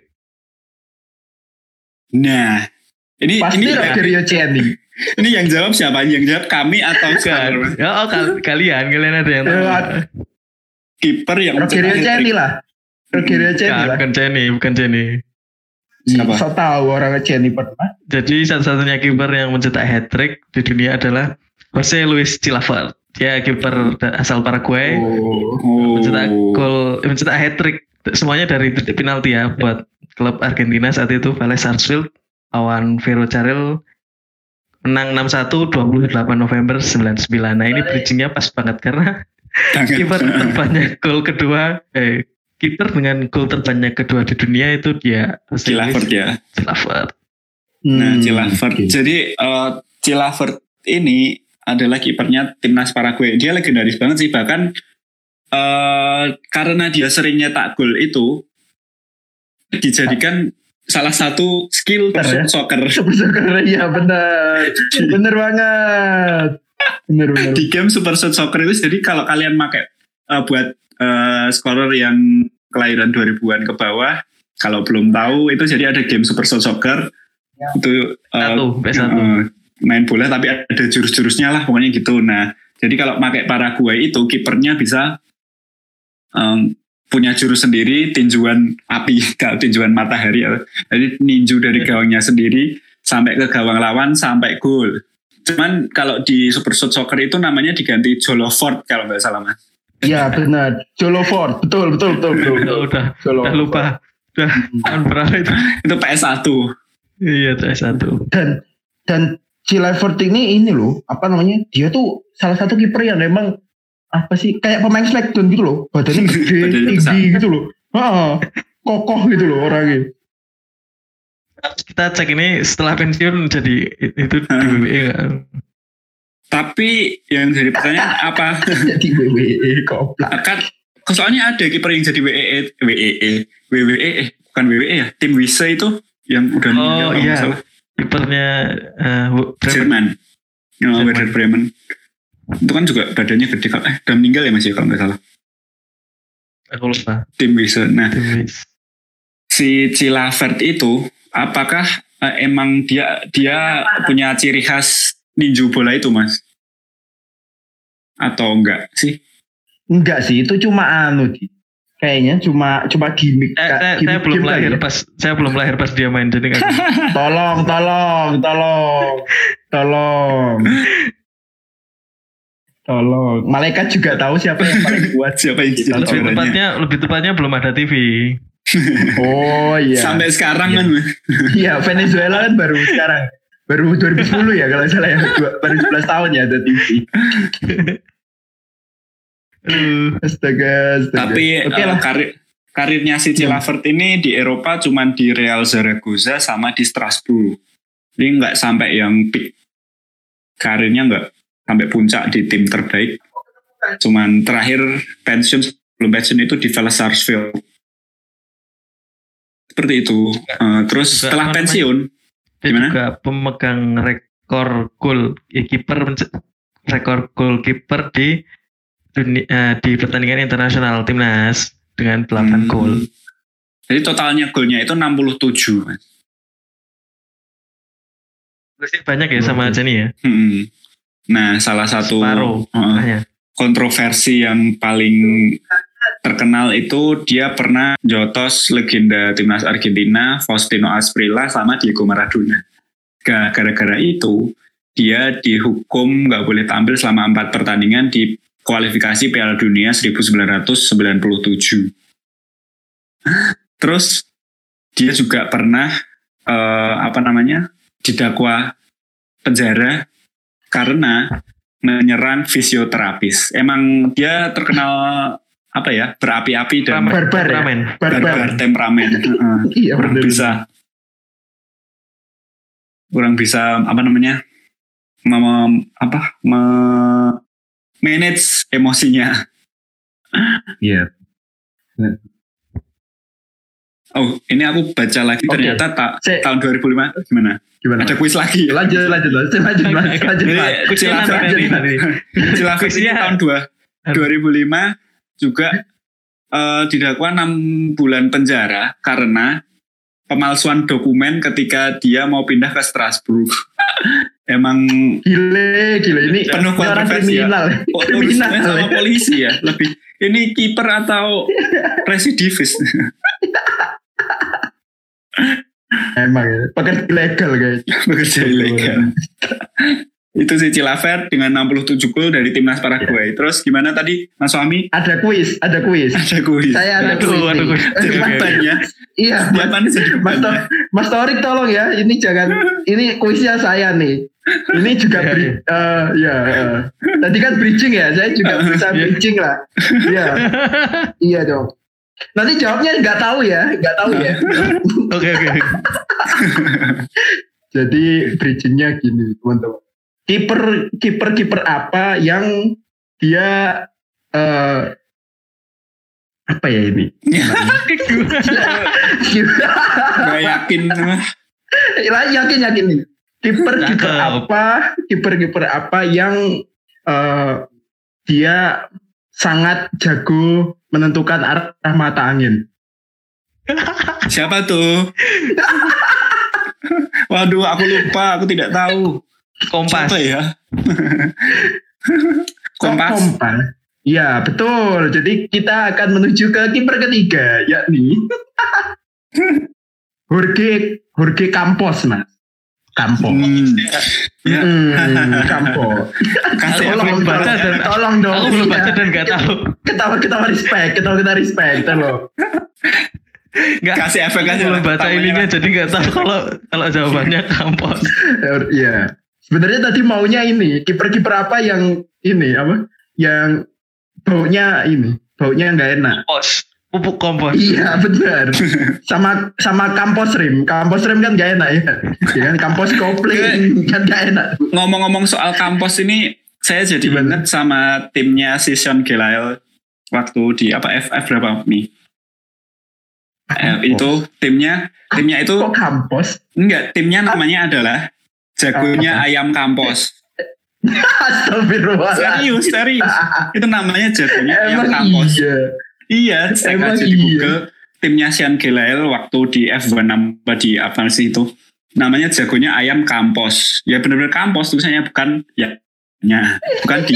Nah, ini pasti ini Rogerio Ceni. Ini yang jawab siapa? Yang jawab kami atau kan? Oh, kalian, kalian ada yang tahu. Kiper yang Rogerio Ceni lah. Rogerio Ceni lah. Bukan Ceni, bukan Ceni. Siapa? So tahu orang Ceni pernah. Jadi satu-satunya kiper yang mencetak hat-trick di dunia adalah Jose Luis Chilavert. Dia kiper asal Paraguay. Oh. Mencetak gol, mencetak hat-trick semuanya dari titik penalti ya buat klub Argentina saat itu, Vélez Sarsfield lawan Ferrocarril. Menang enam satu dua puluh delapan November sembilan puluh sembilan. Nah ini bridgingnya pas banget karena kiper terbanyak gol kedua eh kiper dengan gol terbanyak kedua di dunia itu dia Chilavert ya. Chilavert. Nah, Chilavert. Hmm. Jadi uh, Chilavert ini adalah kipernya timnas Paraguay. Dia legendaris banget sih, bahkan uh, karena dia sering nyetak gol itu dijadikan salah satu skill ya? soccer. Super soccer ya benar, benar banget. Benar benar. Di game Super Soccer itu, jadi kalau kalian pakai uh, buat uh, scorer yang kelahiran dua ribuan ke bawah, kalau belum tahu itu jadi ada game Super Soccer ya. Itu uh, satu, satu. Uh, main bola tapi ada jurus-jurusnya lah pokoknya gitu. Nah, jadi kalau pakai Paraguay itu kipernya bisa um, punya jurus sendiri, tinjuan api, kalau tinjuan matahari. Jadi ninju dari gawangnya sendiri sampai ke gawang lawan sampai gol. Cuman kalau di Super Soccer itu namanya diganti Jolovort kalau nggak salah mas. Iya benar, Jolovort, betul betul betul betul. betul. Udah, udah lupa, udah tahun berapa itu? Itu P S satu. Iya P S satu. Dan dan Chilavert ini ini loh, apa namanya? Dia tuh salah satu kiper yang memang apa sih kayak pemain Smackdown gitu loh, badannya gede, tinggi gitu loh, ah, kokoh gitu loh orangnya. Kita cek ini setelah pensiun jadi itu di W W E kan? Tapi yang jadi pertanyaan apa? Jadi W W E goblok. Kan soalnya ada kiper yang jadi W W E, W W E, W W E, eh, bukan W W E ya, tim Wise itu yang udah meninggal. Oh iya. Kipernya uh, Jerman, oh, Werder Bremen. Itu kan juga badannya gede, eh udah meninggal ya mas ya kalau nggak salah. Aku lupa. Tim Wiese. Nah, Tim si Chilavert itu, apakah uh, emang dia dia punya ciri khas ninju bola itu mas? Atau enggak sih? Enggak sih, itu cuma anu sih. Kayaknya cuma cuma gimmick. Eh, saya, saya belum lahir pas saya belum lahir pas dia main jadi gak. tolong tolong tolong tolong tolong malaikat juga tahu siapa yang paling kuat, siapa yang lebih tepatnya lebih tepatnya belum ada T V. Oh iya sampai sekarang iya. Kan iya Venezuela kan baru sekarang baru dua ribu sepuluh ya kalau salah ya, baru sebelas tahun ya ada T V. Uh, astaga, astaga. Tapi okay uh, karir, karirnya si Chilavert hmm. ini di Eropa cuman di Real Zaragoza sama di Strasbourg. Jadi nggak sampai yang peak. Karirnya nggak sampai puncak di tim terbaik. Cuman terakhir pensiun sebelum pensiun itu di Vélez Sarsfield. Seperti itu. Uh, terus juga, setelah pensiun, dia gimana? Juga pemegang rekor gol ya, kiper rekor gol kiper di Dunia, uh, di pertandingan internasional timnas dengan delapan hmm. gol. Jadi totalnya golnya itu enam puluh tujuh. Berarti banyak ya sama aja nih ya. Hmm. Nah, salah satu Separuh, uh, kontroversi yang paling terkenal itu dia pernah jotos legenda timnas Argentina Faustino Asprilla sama Diego Maradona. Gara-gara itu dia dihukum nggak boleh tampil selama empat pertandingan di kualifikasi Piala Dunia seribu sembilan ratus sembilan puluh tujuh. Terus dia juga pernah uh, apa namanya didakwa penjara karena menyerang fisioterapis. Emang dia terkenal apa ya berapi-api dan barbar, temperamen, ya? barbar, barbar temperamen. uh, iya, kurang bener. bisa, kurang bisa apa namanya mem, apa me, manage emosinya. Iya. Yeah. Oh, ini aku baca lagi okay. Ternyata ta, tahun dua ribu lima gimana? Gimana? Ada kuis lagi. Lanjut, lanjut, lanjut, lanjut, lanjut, lanjut. Chilavert ini tahun dua ribu lima juga uh, didakwa enam bulan penjara karena pemalsuan dokumen ketika dia mau pindah ke Strasbourg. Emang gile, gile ini penuh kontroversi ya. Oh, kriminal sama polisi ya. Lebih ini kiper atau residivis. Emang ya, pekerja ilegal guys. Pekerja ilegal. Itu si Chilavert dengan enam puluh tujuh gol dari timnas Paraguay. Yeah. Terus gimana tadi Mas Suami? Ada kuis, ada kuis. Ada kuis. Saya ada kuis. Ada kuis. Jadi bebannya. Iya. Mas, Mas, to- Mas Torik tolong ya. Ini jangan. Ini kuisnya saya nih. Ini juga bri- uh, ya. Uh. Tadi kan bridging ya. Saya juga bisa bridging lah. Iya. Iya dong. Nanti jawabnya nggak tahu ya, nggak tahu ya. Oke oke. Jadi bridgingnya gini teman-teman. kiper kiper kiper apa yang dia uh, apa ya ini? Gak yakin. Lah yakin yakin nih. Kiper kiper apa? Kiper kiper apa yang uh, dia sangat jago menentukan arah mata angin? Siapa tuh? Waduh, aku lupa, aku tidak tahu. Kompas. Siapa ya? Kompas. Kompas. Ya betul. Jadi kita akan menuju ke kiper ketiga, yakni Jorge Jorge Campos, mas. Campos. Hmm. Ya. Hmm, Campos. Kasih tolong, aku baca dan tolong dong. Aku belum baca dan nggak tahu. Ketawa ketawa respect, ketawa kita respect, loh. Nggak kasih efek aja. Belum baca ininya jadi nggak tahu kalau kalau jawabannya Campos. Iya. Sebenarnya tadi maunya ini kiper-kiper apa yang ini apa? Yang baunya ini, baunya nggak enak. Kompos, pupuk kompos. Iya benar. Sama sama kampos rim, kampos rim kan nggak enak ya. Ya kan kampos kopling kan nggak enak. Ngomong-ngomong soal Campos ini, saya jadi ingat sama timnya si Sean Gelael waktu di apa F F berapa nih? Eh, itu timnya timnya itu kok Campos? Enggak, timnya namanya adalah jagonya ayam Campos. Astagfirullah. Serius, serius. Itu namanya jagonya ayam Emang Campos. iya. Iya, cek Emang aja di iya. Google. Timnya Sean Gelael waktu di F satu apa di apa sih itu? Namanya jagonya ayam Campos. Ya benar-benar Campos tulisannya, bukan ya, ya bukan di.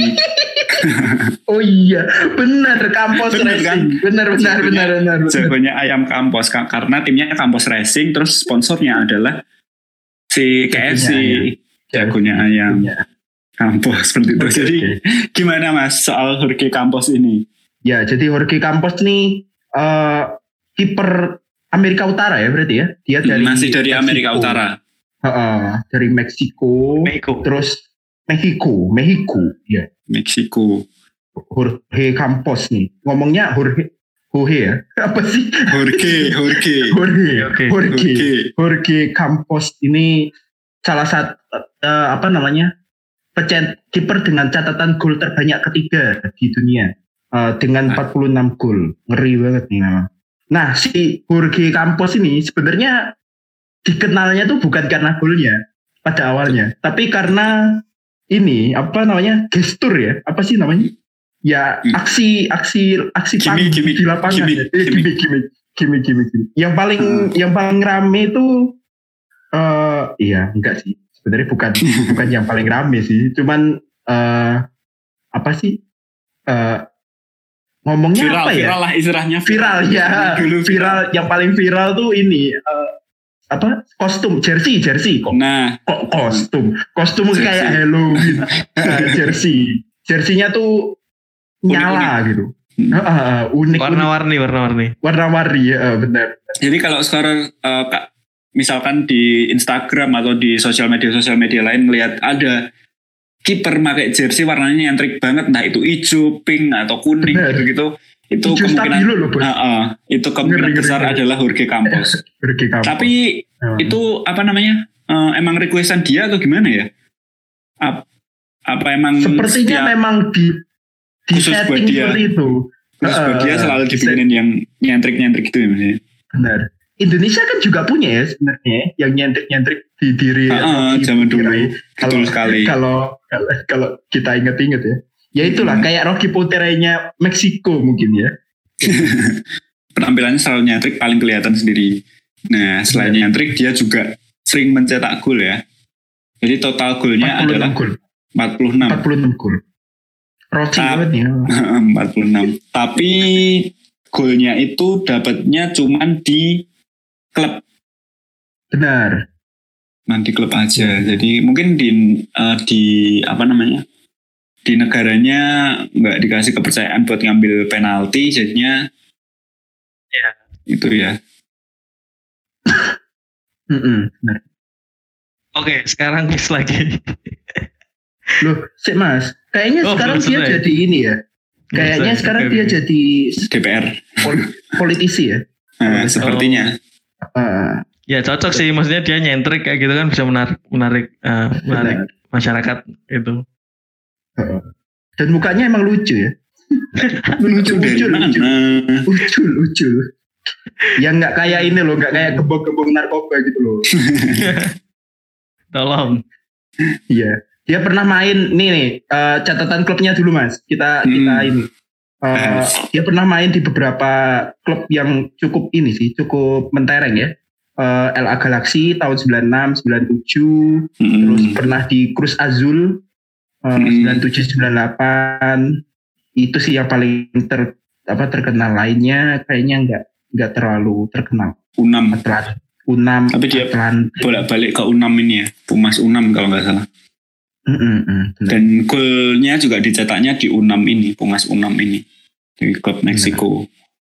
Oh iya, benar Campos Bener, kan? Racing. Benar benar Jagonya- benar benar. benar. Jagonya ayam Campos Ka- karena timnya Campos Racing, terus sponsornya adalah si K F C. Jagonya ayam Iya. Campos seperti itu. Oke, Jadi oke. gimana Mas soal Jorge Campos ini? Ya, jadi Jorge Campos nih eh, kiper Amerika Utara ya berarti ya. Dia dari Masih dari Meksiko. Amerika Utara. Heeh, dari Meksiko. Mexico. Terus Mexico, Mexico. Ya. Meksiko. Jorge Campos nih. Ngomongnya Jorge Jorge ya. Apa sih? Jorge, Jorge. Jorge. Oke. Jorge. Jorge. Jorge Campos ini salah satu eh, apa namanya? Pecet kiper dengan catatan gol terbanyak ketiga di dunia. Eh, dengan empat puluh enam gol. Ngeri banget nih memang. Nah, si Jorge Campos ini sebenarnya dikenalnya tuh bukan karena golnya pada awalnya, tapi karena ini apa namanya? Gestur ya. Apa sih namanya? Ya, Hmm. aksi aksi aksi Gimik, panggung gimik, di lapangan. gimik, ya. Eh, gimik. gimik, gimik, gimik, gimik, gimik. Yang paling Hmm. yang paling rame itu eh iya, enggak sih. Sebenarnya bukan bukan yang paling rame sih. Cuman eh apa sih? Eh ngomongnya Viral, apa ya? viral lah istilahnya. Viral ya. Dulu Viral yang paling viral tuh ini eh, apa? Kostum jersey, jersey kok. Nah, Kok kostum? Kostum Jersey. kayak Halloween. Eh, jersey. Jersey-nya tuh nyala Unik-unik. gitu. Heeh, unik, Warna-warni, warna-warni. warna-warni ya, eh, benar. jadi kalau sekarang eh, Kak, misalkan di Instagram atau di sosial media sosial media lain melihat ada kiper pakai jersey warnanya nyentrik banget, nah itu hijau, pink atau kuning Bener. gitu-gitu, itu Hijau kemungkinan stabilo loh, Bos. Ah, ah, itu kemungkinan Ngeri, ngeri, besar ngeri. adalah Jorge Campos. Jorge Campos. Tapi Hmm. itu apa namanya? eh, emang requestan dia atau gimana ya? Ap- apa emang sepertinya setiap- memang di di Khusus buat setting dia. seperti itu. terus buat Eh, dia selalu di dibikinin yang nyentrik-nyentrik gitu ya Mas? ya? Benar. Indonesia kan juga punya ya sebenarnya yang nyentrik-nyentrik di diri. Ah, ah, atau di zaman dulu. pikiran. Betul sekali. Kalau kalau kalau kita inget-inget ya. Ya itulah Hmm. kayak Rocky Puteranya Meksiko mungkin ya. Penampilannya selalu nyentrik, paling kelihatan sendiri. Nah, selain Benar. nyentrik dia juga sering mencetak gol ya. Jadi total golnya empat puluh enam adalah gol. empat puluh enam. empat puluh enam gol. Rocky Tap. banget ya. empat puluh enam. Tapi golnya itu dapatnya cuman di klub, Benar. cuman di klub aja. Jadi mungkin di eh, di apa namanya? Di negaranya nggak dikasih kepercayaan buat ngambil penalti, jadinya Ya. itu ya. Mm-mm, benar. Oke, sekarang quiz lagi. Loh, sih Mas, kayaknya Oh, sekarang belum dia selesai. jadi ini ya. Kayaknya Selesai. sekarang Oke, dia oke. jadi D P R. pol- politisi ya. Nah, sepertinya. Ah, Ya cocok sih, maksudnya dia nyentrik kayak gitu kan bisa menarik menarik eh, menarik masyarakat itu. Dan mukanya emang lucu ya. Lucu dari mana? Lucu, lucu. Yang nggak kayak ini loh, nggak kayak gebok-gebok narkoba gitu loh. Tolong. Iya. Dia pernah main nih nih uh, catatan klubnya dulu Mas. Kita hmm. kita ini. Uh, dia pernah main di beberapa klub yang cukup ini sih, cukup mentereng ya. Uh, L A Galaxy tahun sembilan puluh enam, sembilan puluh tujuh, hmm. terus pernah di Cruz Azul uh, hmm. sembilan puluh tujuh, sembilan puluh delapan. Itu sih yang paling ter apa terkenal. Lainnya kayaknya enggak enggak terlalu terkenal. U enam. Atlant, U enam. Tapi dia Atlantik. Bolak-balik ke U enam ini ya, Pumas U enam kalau nggak salah. Mm-mm, dan golnya juga dicetaknya di U enam ini, Pumas U enam ini di klub Meksiko.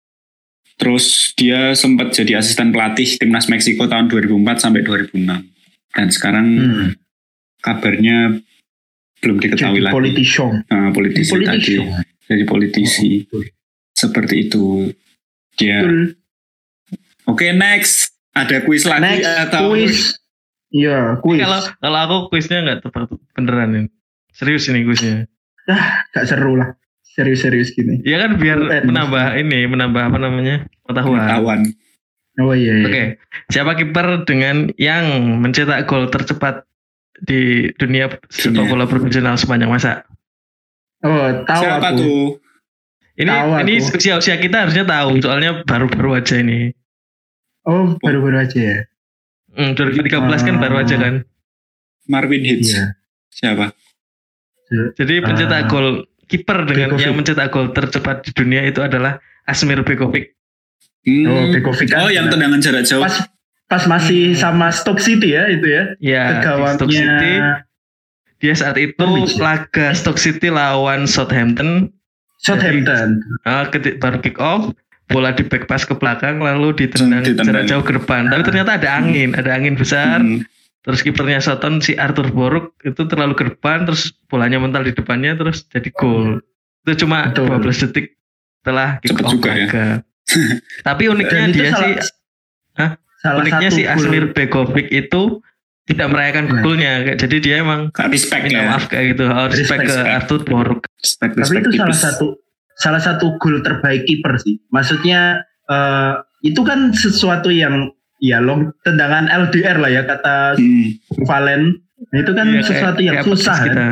Terus dia sempat jadi asisten pelatih timnas Meksiko tahun dua ribu empat sampai dua ribu enam. Dan sekarang hmm. kabarnya belum diketahui jadi lagi. Politisi. Nah, politisi tadi. Jadi politisi. Oh, seperti itu. Dia. Hmm. Oke, okay, next. Ada kuis lagi next, atau kuis? Iya, kuis. Kalau kalau aku kuisnya nggak tepat beneran ini. Serius ini kuisnya. Ah, gak seru lah. Serius-serius gini. Ya kan biar End. menambah ini, menambah apa namanya? Pengetahuan. Pengetahuan. Oh iya. iya. Oke. Okay. Siapa kiper dengan yang mencetak gol tercepat di dunia sepak bola profesional sepanjang masa? Oh, tahu Siapa aku. tuh? Ini tahu ini usia-usia kita harusnya tahu, soalnya baru-baru aja ini. Oh, baru-baru aja ya. Hmm, dua ribu tiga belas uh, kan baru aja kan. Marvin Hitz. Iya. Siapa? Jadi pencetak uh, gol kiper dengan Begovic. Yang mencetak gol tercepat di dunia itu adalah Asmir Begovic. Hmm. Oh, Begovic kan. Oh, yang tendangan jarak jauh. Pas, pas masih hmm. sama Stoke City ya itu ya. Iya, Stoke City. Dia saat itu Norwich. Laga Stoke City lawan Southampton. Southampton. Uh, ketik baru kick off. Bola di back pass ke belakang lalu ditendang jarak jauh ke depan. Tapi ternyata ada angin, ada angin besar. Hmm. Terus kipernya Soton si Arthur Boruk itu terlalu ke depan, terus bolanya mental di depannya terus jadi gol. Itu cuma Betul. dua belas detik setelah kick off laga. Tapi uniknya dia salah, sih hah? Uniknya si Asmir Begovic itu tidak merayakan nah. golnya. Jadi dia emang respect ya. Maaf kayak gitu. Oh, respect, respect ke Arthur Boruk. Respect, respect Tapi itu tipis. salah satu salah satu gol terbaik kiper sih. Maksudnya uh, itu kan sesuatu yang ya long tendangan L D R lah ya kata hmm. Valen. Nah, itu kan ya, sesuatu kayak, yang kayak susah kan.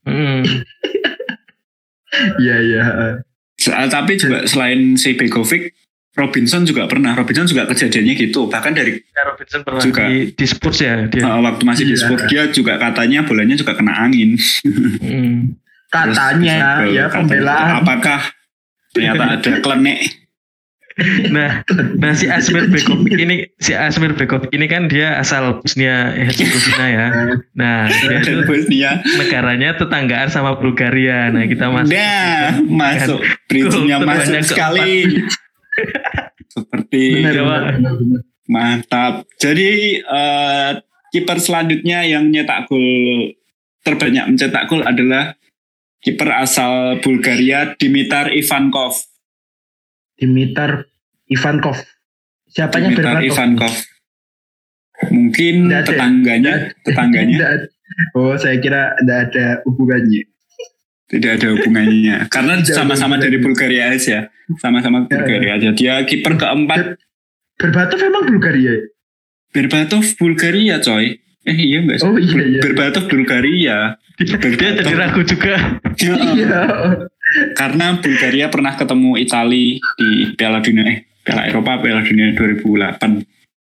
Iya iya. Soal tapi juga selain si Begovic, Robinson juga pernah. Robinson juga kejadiannya gitu. Bahkan dari ya, Robinson pernah juga, di, di Spurs ya. Dia. Uh, waktu masih iya. di Spurs dia juga katanya bolanya juga kena angin. Hmm. Katanya Terus, ya pembelaan. Apakah ternyata ada klenek? Nah, nah si Asmir Begovic ini si Asmir Begovic ini kan dia asal Bosnia Herzegovina ya. Nah, dia itu Bosnia. Negaranya tetanggaan sama Bulgaria. Nah, kita masuk. Nah, masuk. Bridge-nya masuk sekali. Seperti benar, benar, benar. Mantap. Jadi uh, kiper selanjutnya yang nyetak gol terbanyak mencetak gol adalah kiper asal Bulgaria Dimitar Ivankov. Dimitar Ivankov. Siapanya Dimitar Ivankov. Mungkin Dada. tetangganya, Dada. tetangganya. Dada. Oh, saya kira tidak ada hubungannya. Tidak ada hubungannya. Karena sama-sama dari Bulgaria aja. Sama-sama Bulgaria aja. Dia kiper keempat. Berbatov emang Bulgaria? Berbatov Bulgaria, coy. Eh iya enggak sih? Oh iya iya. Berbatov Bulgaria. Dia jadi ragu juga. Iya. Karena Bulgaria pernah ketemu Italia di Piala Dunia eh Piala Eropa Piala Dunia dua ribu delapan.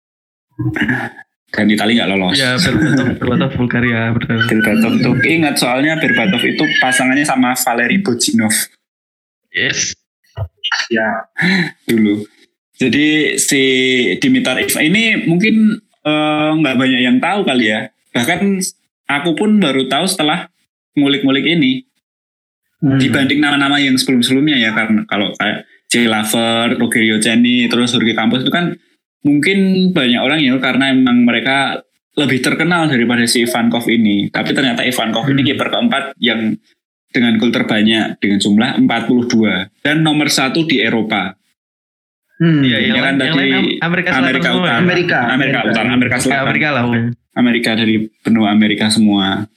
Dan Italia nggak lolos. Ya Berbatov, Berbatov Bulgaria betul. Berbatov tuh ingat soalnya Berbatov itu pasangannya sama Valeri Bojinov. Yes. Ya. Dulu. Jadi si Dimitar Iv ini mungkin nggak uh, banyak yang tahu kali ya. Bahkan aku pun baru tahu setelah ngulik-ngulik ini. Hmm. Dibanding nama-nama yang sebelum-sebelumnya ya, karena kalau kayak J. Laver, Rogerio Ceni, terus Jorge Campos itu kan mungkin banyak orang ya karena emang mereka lebih terkenal daripada si Ivankov ini. Tapi ternyata Ivankov hmm. ini kiper keempat yang dengan gol terbanyak dengan jumlah empat puluh dua dan nomor satu di Eropa. Hmm, ya, yang, kan yang tadi lain Amerika Selatan Amerika semua. Utara, Amerika, Amerika Utara, Amerika Selatan, Amerika lah. Amerika dari benua Amerika semua.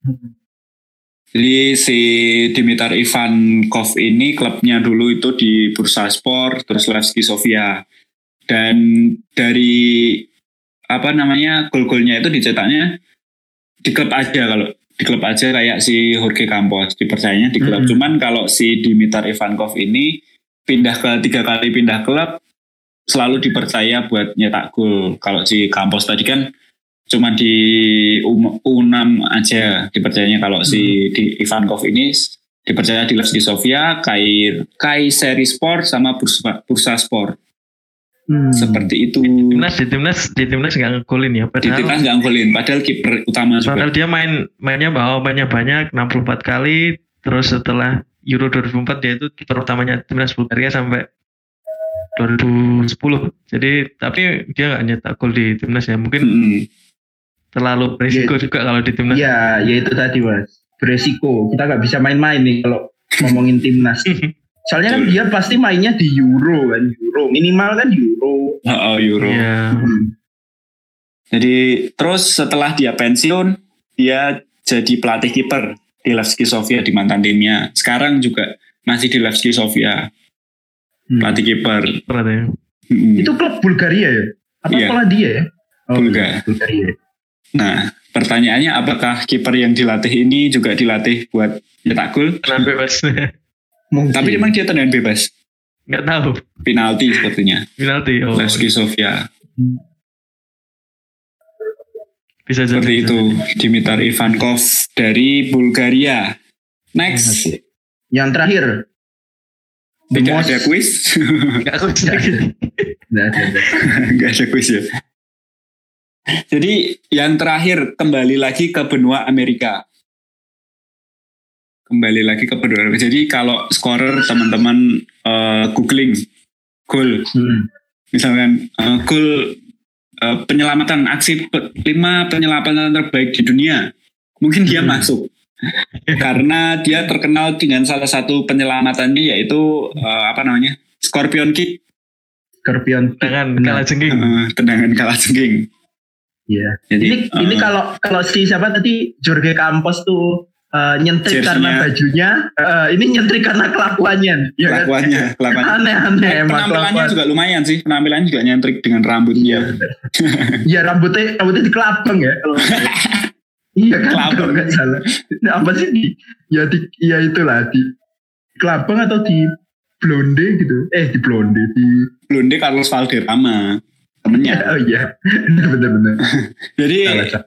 Jadi si Dimitar Ivankov ini klubnya dulu itu di Bursaspor, terus Levski Sofia. Dan dari apa namanya gol-golnya itu dicetaknya di klub aja, kalau di klub aja kayak si Jorge Campos dipercayanya di klub. Hmm. Cuman kalau si Dimitar Ivankov ini pindah ke tiga kali pindah klub selalu dipercaya buat nyetak gol. Kalau si Campos tadi kan cuma di U enam aja dipercayanya. Kalau hmm. si di Ivankov ini dipercaya di Levski Sofia, Kai Kayserispor sama Bursa, Bursaspor. Hmm. Seperti itu. Di timnas di timnas di timnas nggak ngegolin ya. Padahal, di timnas nggak ngegolin. Padahal kiper utama juga. Padahal dia main mainnya bawa banyak banyak enam puluh empat kali. Terus setelah Euro dua ribu empat dia itu kiper utamanya timnas Bulgaria sampai dua ribu sepuluh. Jadi tapi dia nggak nyetak gol di timnas ya. Mungkin hmm. terlalu beresiko ya, juga kalau di timnas. Iya, ya itu tadi Mas. Beresiko. Kita nggak bisa main-main nih kalau ngomongin timnas. Soalnya kan dia pasti mainnya di Euro kan, Euro minimal kan Euro. Oh, Euro. Yeah. Hmm. Jadi terus setelah dia pensiun, dia jadi pelatih kiper di Levski Sofia di mantan timnya. Sekarang juga masih di Levski Sofia, hmm. pelatih kiper. Hmm. Itu klub Bulgaria ya? Apa yeah. Polandia ya? Oh, Bulgaria. Bulgaria. Nah, pertanyaannya apakah kiper yang dilatih ini juga dilatih buat nyetak gol? Tenang bebas. Mungkin. Tapi memang dia tendangan bebas. Nggak tahu. Penalti sepertinya. Penalti. Oh. Levski Sofia. Bisa jadi. Seperti itu. Dimitar Ivankov dari Bulgaria. Next. Yang terakhir. Tidak most... ada kuis. Nggak kuis lagi. Nggak ada kuis ya. Jadi yang terakhir kembali lagi ke benua Amerika. Kembali lagi ke benua Amerika. Jadi kalau scorer teman-teman uh, googling gol, hmm. misalkan uh, gol uh, penyelamatan aksi pe- lima penyelamatan terbaik di dunia, mungkin dia hmm. masuk karena dia terkenal dengan salah satu penyelamatannya yaitu uh, apa namanya Scorpion Kick. Scorpion tendangan kalah jengking. Uh, tendangan kalah jengking. Iya. Jadi ini uh, ini kalau kalau si siapa tadi Jorge Campos tuh Uh, nyentrik jersinya. Karena bajunya, uh, ini nyentrik karena kelakuannya. Ya kelakuannya, kan? Aneh-aneh eh, emang penampilannya kelakuan. Juga lumayan sih, penampilannya juga nyentrik dengan rambutnya. Iya rambutnya, rambutnya di kelabang ya. Iya kan, kalau nggak salah. Nah, apa sih di? Ya di, ya itulah di kelabang atau di blonde gitu? Eh di blonde di. Blonde Carlos Valderrama, temennya. Oh iya, benar-benar. Jadi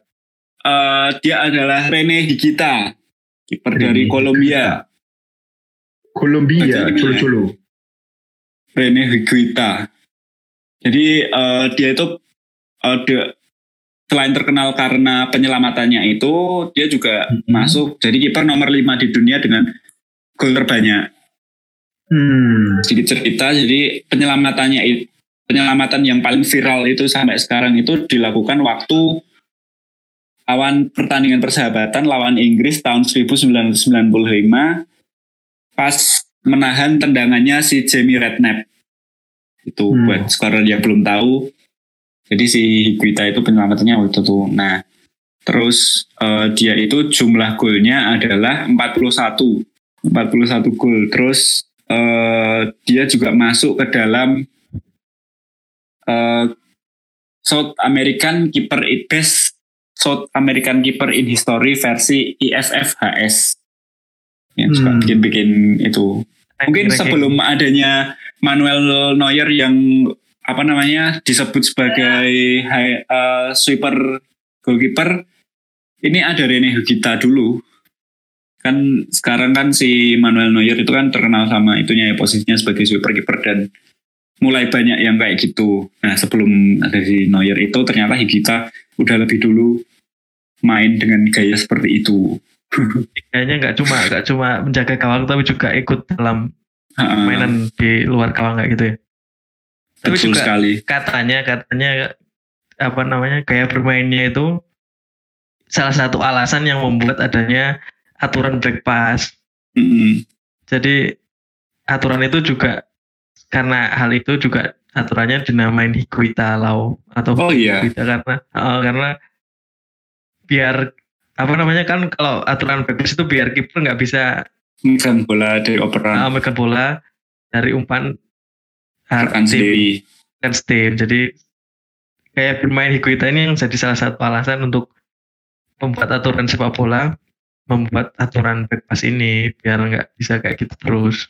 uh, dia adalah Rene Higuita. Kiper dari Kolombia. Kolombia, Colo-Colo. Rene Higuita. Jadi uh, dia itu uh, dia, selain terkenal karena penyelamatannya itu, dia juga hmm. masuk jadi kiper nomor lima di dunia dengan gol terbanyak. Hmm. Sedikit cerita, jadi penyelamatannya penyelamatan yang paling viral itu sampai sekarang itu dilakukan waktu lawan pertandingan persahabatan lawan Inggris tahun seribu sembilan ratus sembilan puluh lima pas menahan tendangannya si Jamie Redknapp. Itu hmm. buat scorer yang belum tahu. Jadi si Higuita itu penyelamatannya waktu itu. Nah, terus uh, dia itu jumlah golnya adalah empat puluh satu. empat puluh satu gol. Terus uh, dia juga masuk ke dalam uh, South American Keeper Best South American Keeper in History versi I F F H S yang suka hmm. bikin-bikin itu. Mungkin sebelum adanya Manuel Neuer yang apa namanya disebut sebagai high, uh, sweeper goalkeeper, ini ada Rene Higuita dulu. Kan sekarang kan si Manuel Neuer itu kan terkenal sama itunya ya, posisinya sebagai sweeper keeper dan mulai banyak yang kayak gitu. Nah sebelum ada si Neuer itu ternyata Higuita udah lebih dulu main dengan gaya seperti itu. Kayaknya nggak cuma nggak cuma menjaga gawang tapi juga ikut dalam mainan di luar gawang kayak gitu ya. Tapi betul juga sekali. katanya katanya apa namanya gaya bermainnya itu salah satu alasan yang membuat adanya aturan back pass. Mm-hmm. Jadi aturan itu juga karena hal itu juga aturannya dinamain Higuita Law atau oh, iya. Higuita karena uh, karena biar apa namanya kan kalau aturan bebas itu biar kiper nggak bisa megang bola dari operan, uh, megang bola dari umpan rekan sendiri kan stain. Jadi kayak bermain Higuita ini yang jadi salah satu alasan untuk membuat aturan sepak bola, membuat aturan bebas ini biar nggak bisa kayak gitu terus.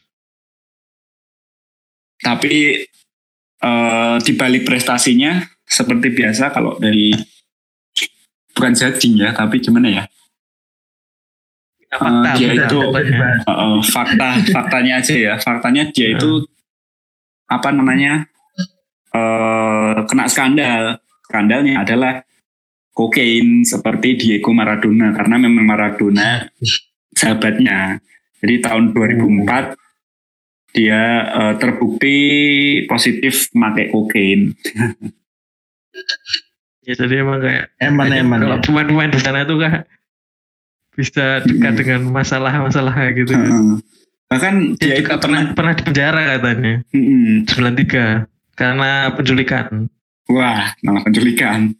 Tapi uh, di balik prestasinya seperti biasa kalau dari bukan judging ya, tapi gimana ya? Fakta, uh, dia fakta, itu uh, uh, fakta faktanya aja ya, faktanya dia itu apa namanya uh, kena skandal. Skandalnya adalah kokain seperti Diego Maradona karena memang Maradona sahabatnya. Jadi tahun dua ribu empat dia uh, terbukti positif memakai kokain. Ya jadi emang kayak eman eman kalau pemain-pemain di sana itu kan bisa dekat hmm. dengan masalah-masalah gitu. Hmm. Bahkan dia, dia juga pernah pernah di penjara katanya. Hmm. sembilan puluh tiga karena penculikan. Wah, malah penculikan.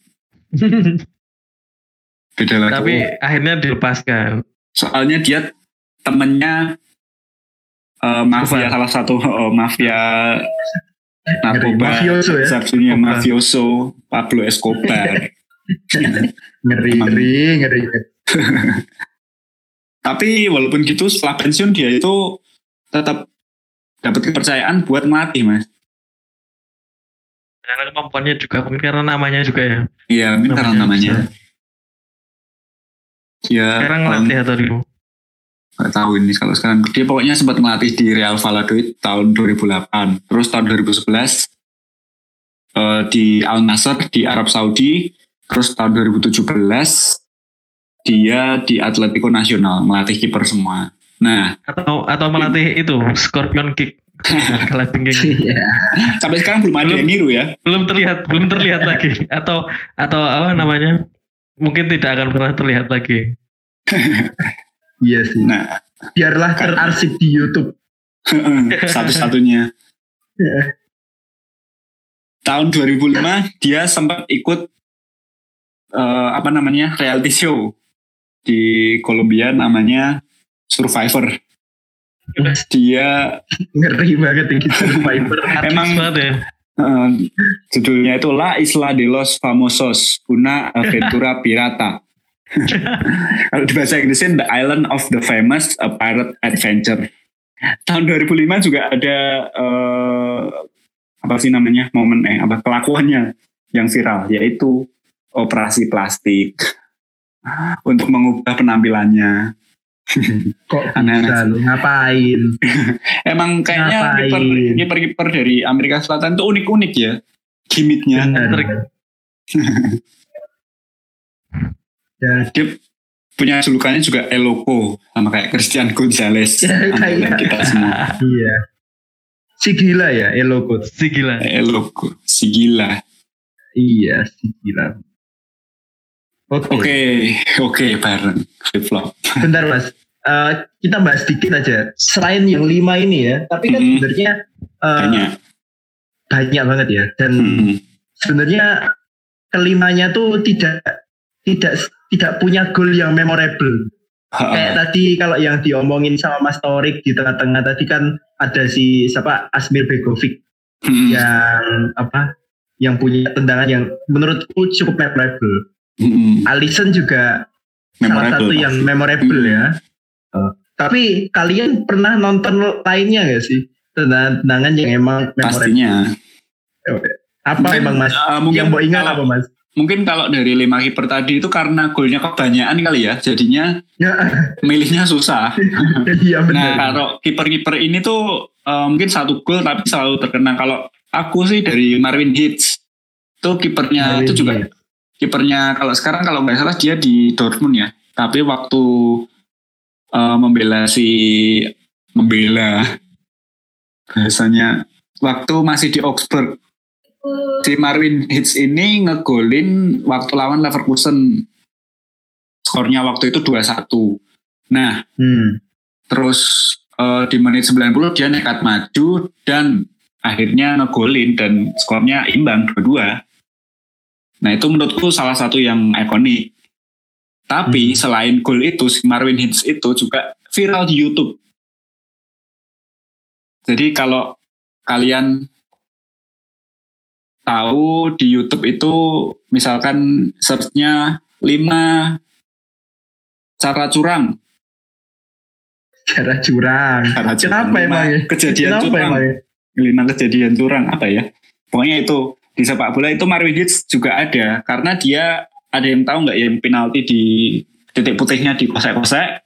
Beda lagi. Tapi akhirnya dilepaskan. Soalnya dia temennya uh, mafia salah satu uh, mafia narkoba, mafioso ya. Satunya mafioso Pablo Escobar. ngeri, ngeri, ngeri. Tapi walaupun gitu setelah pensiun dia itu tetap dapat kepercayaan buat melatih, Mas. Karena kemampuannya juga, mungkin karena namanya juga ya. Iya, mungkin karena namanya. Ya, sekarang ngelatih atau dulu? Gak tahu ini kalau sekarang. Dia pokoknya sempat melatih di Real Valladolid tahun dua ribu delapan. Terus tahun dua ribu sebelas uh, di Al Nassr di Arab Saudi. Terus tahun dua ribu tujuh belas dia di Atletico Nacional melatih kiper semua. Nah, atau atau melatih itu Scorpion Kick. Sampai sekarang belum ada belum, yang niru ya. Belum terlihat, belum terlihat lagi. Atau atau apa namanya? Mungkin tidak akan pernah terlihat lagi. Iya sih. Nah, biarlah terarsip di YouTube. Satu-satunya. Tahun dua ribu lima dia sempat ikut uh, apa namanya? reality show di Kolombia namanya Survivor. Dia ngeri banget ini Survivor. Emang ya. Uh, judulnya itu La Isla de los Famosos, una aventura pirata. Kalau di bahasa Inggrisnya The Island of the Famous, a Pirate Adventure. Tahun dua ribu lima juga ada uh, apa sih namanya momen eh apa kelakuannya yang viral, yaitu operasi plastik untuk mengubah penampilannya. Kok bisa lu ngapain? Emang kayaknya kiper-kiper dari Amerika Selatan itu unik-unik ya gimmicknya. Ya. Dia punya julukannya juga El Loco sama kayak Christian Gonzalez. Ya, kayak kita semua. Iya. Si gila ya El Loco. Si gila. El Loco. Si gila. Iya si gila. Oke, okay. oke, okay, okay, bareng flip flop. Bentar Mas, uh, kita bahas dikit aja. Selain yang lima ini ya, tapi kan hmm. sebenarnya uh, banyak, banyak banget ya. Dan hmm. sebenarnya kelimanya tuh tidak tidak tidak punya gol yang memorable. Ha-ha. Kayak tadi kalau yang diomongin sama Mas Torik di tengah-tengah tadi kan ada si siapa Asmir Begovic hmm. yang apa, yang punya tendangan yang menurutku cukup memorable. Mm-hmm. Alisson juga memorable, salah satu yang memorable mm-hmm. ya. Uh, tapi kalian pernah nonton lainnya gak sih? Tendangan yang emang memorable? Pastinya. Apa mungkin, emang Mas? Uh, mungkin yang mau ingat apa Mas? Mungkin kalau dari lima kiper tadi itu karena golnya kebanyakan kali ya, jadinya milihnya susah. Iya benar. Nah kalau kiper-kiper ini tuh uh, mungkin satu gol tapi selalu terkenang. Kalau aku sih dari Marvin Hitz, tuh kipernya itu juga. Hitz. Kipernya kalau sekarang kalau nggak salah dia di Dortmund ya, tapi waktu uh, membela si membela biasanya waktu masih di Augsburg, si Marvin Hitz ini ngegolin waktu lawan Leverkusen, skornya waktu itu dua satu. Nah hmm. terus uh, di menit sembilan puluh dia nekat maju dan akhirnya ngegolin dan skornya imbang dua dua. Nah itu menurutku salah satu yang ikonik. Tapi hmm. selain gol itu, si Marwin Hitz itu juga viral di YouTube. Jadi kalau kalian tahu di YouTube itu misalkan search-nya lima cara curang. Cara curang. Cara curang. Kenapa emang ya? Kejadian Kenapa curang. Emang ya? Lima kejadian curang apa ya? Pokoknya itu di sepak bola itu Marwin Hitz juga ada karena dia ada yang tahu nggak yang penalti di titik putihnya dikosek-kosek.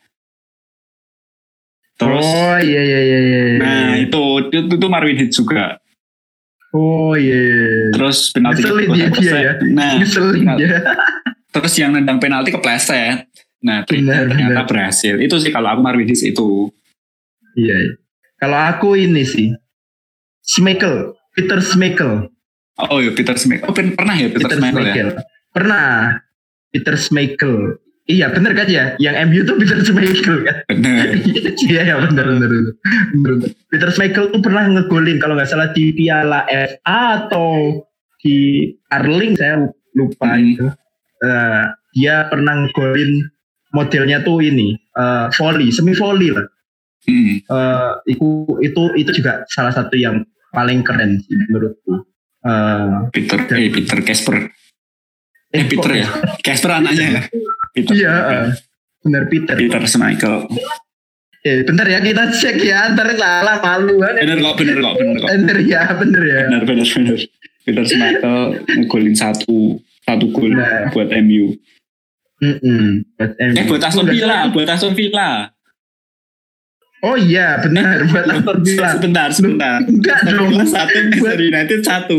Terus, oh iya iya iya. Nah itu itu, itu Marwin Hitz juga. Oh iya. Terus penalti dikosek-kosek. Ya? Nah, ya. Terus yang nendang penalti kepleset. Nah benar, ternyata benar. Berhasil. Itu sih kalau aku Marwin Hitz itu. Iya. iya. Kalau aku ini sih Schmeichel, Peter Schmeichel. Oh iya Peter Schmeichel. Oh pernah ya Peter, Peter Schmeichel ya? Pernah. Peter Schmeichel. Iya benar kan ya? Yang M U tuh Peter Schmeichel kan? Benar. Iya ya benar benar. Peter Schmeichel tuh pernah ngegolin kalau nggak salah di Piala F A atau di Arling saya lupa hmm. itu. Uh, dia pernah ngegolin modelnya tuh ini uh, volley, semi volley lah. Hmm. Uh, itu itu itu juga salah satu yang paling keren sih menurutku. Uh, Peter, eh Peter Casper. Eh Peter ya, Casper anaknya. Peter. Iya, uh, benar Peter. Peter Schmeichel. Eh, bentar ya kita cek ya, ntar lah malu kan. Bener kok, bener kok, bener kok. Bener ya, bener ya. Bener, bener, bener. Peter Schmeichel ngegolin satu, satu gol nah. buat M U. Mm-mm, buat M U. Eh, buat Aston Villa, buat Aston Villa. Oh iya, benar, buat Aston Villa. Sebentar, sebentar. Enggak dong. Satu, Manchester United satu.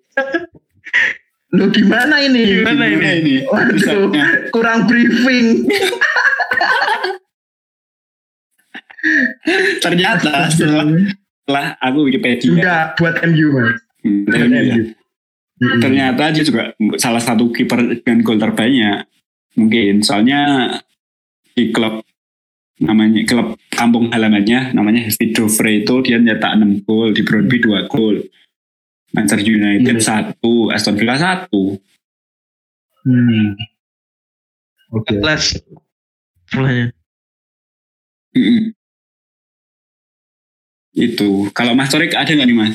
Lo gimana ini? Gimana ini? ini? Waduh, kurang briefing. Ternyata setelah, setelah aku Wikipedia. Enggak, buat M U mas. Hmm, buat M U. Hmm. Ternyata dia juga salah satu kiper dengan gol terbanyak. Mungkin soalnya di klub namanya klub kampung halamannya namanya Hesti Dovre itu dia nyetak enam gol, di Brøndby dua gol. Manchester United hmm. satu, Aston Villa satu. Hmm. Oke. Okay. Kelas jumlahnya. Mm-mm. Itu. Kalau Mas Torik ada nggak nih Mas?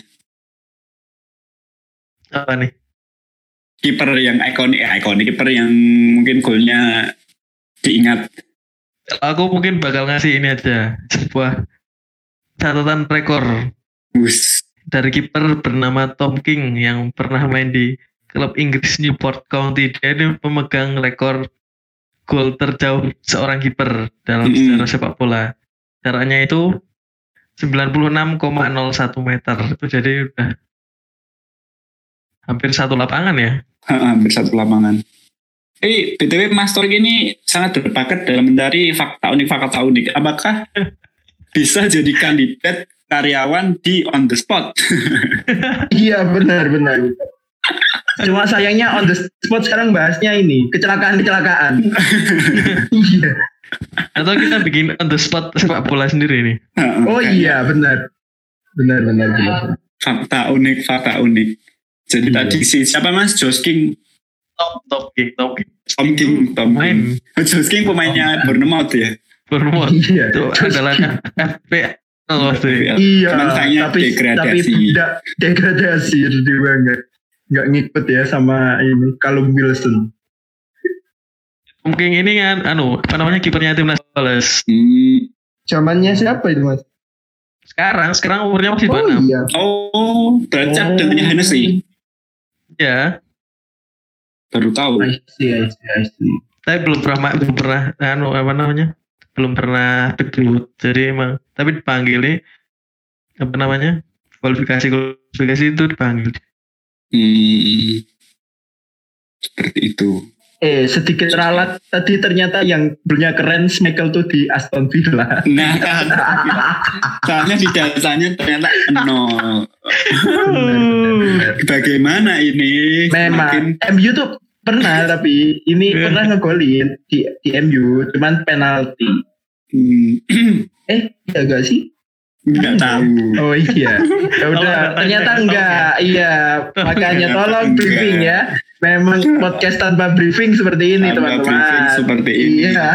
Apa nih? Kiper yang ikonik, eh, ikonik kiper yang mungkin golnya diingat. Aku mungkin bakal ngasih ini aja sebuah catatan rekor. Bus. Dari kiper bernama Tom King yang pernah main di klub Inggris Newport County. Dia ini pemegang rekor gol terjauh seorang kiper dalam mm-hmm. sejarah sepak bola. Jaraknya itu sembilan puluh enam koma nol satu meter. Itu jadi udah hampir satu lapangan ya. Hampir satu lapangan. Eh, B T W Mas Torik ini sangat berbakat dalam mencari fakta unik fakta unik. Apakah bisa jadi kandidat karyawan di On The Spot? Iya benar benar. Cuma sayangnya On The Spot sekarang bahasnya ini kecelakaan kecelakaan. Iya. Atau kita bikin On The Spot sepak bola sendiri nih. Oh iya benar benar benar benar. Fakta unik fakta unik. Jadi iya. Tadi si siapa Mas Josh King? Top Top King Top King. Tom King Tom King. Josh King pemainnya Bournemouth ya. Bournemouth. Iya. Itu adalah F P Oh, iya, tapi degradasi. tapi tidak degradasi jadi banget, nggak ngikut ya sama ini Callum Wilson. Mungkin ini kan, anu, apa namanya kipernya timnas Wales. Hmm. Zamannya siapa itu Mas? Sekarang, sekarang umurnya masih dua puluh enam. Oh, iya. Oh, berarti oh. Adanya Hennessy. Ya. Baru tahu. I see, I see, I see. Tapi belum pernah, belum pernah, anu, apa namanya? belum pernah debut, jadi emang tapi dipanggil nih apa namanya kualifikasi kualifikasi itu dipanggil. Hmm, seperti itu. Eh sedikit ralat tadi ternyata yang punya keren Schmeichel tuh di Aston Villa. Nah, soalnya di datanya ternyata nol. Bagaimana ini? Memang M U tuh pernah tapi ini pernah ngegolin di di M U cuman penalti. Hmm. Eh ya gak sih? Nggak tahu. Oh iya. Ya udah, ternyata enggak. Iya, makanya tolong briefing ya. Memang podcast tanpa briefing seperti ini, Tanpa teman-teman. briefing seperti ini. Iya.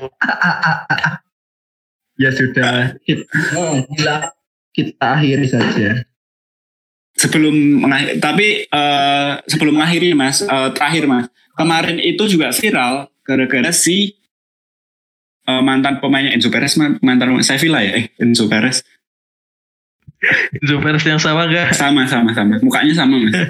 Ya sudah, kita, kita akhiri saja. Sebelum mengakhiri, tapi uh, sebelum mengakhiri Mas, uh, terakhir Mas, kemarin itu juga viral gara-gara si uh, mantan pemainnya Enzo Perez, mantan Sevilla ya, eh Enzo Perez. Enzo Perez yang sama gak? Sama, sama, sama. Mukanya sama Mas.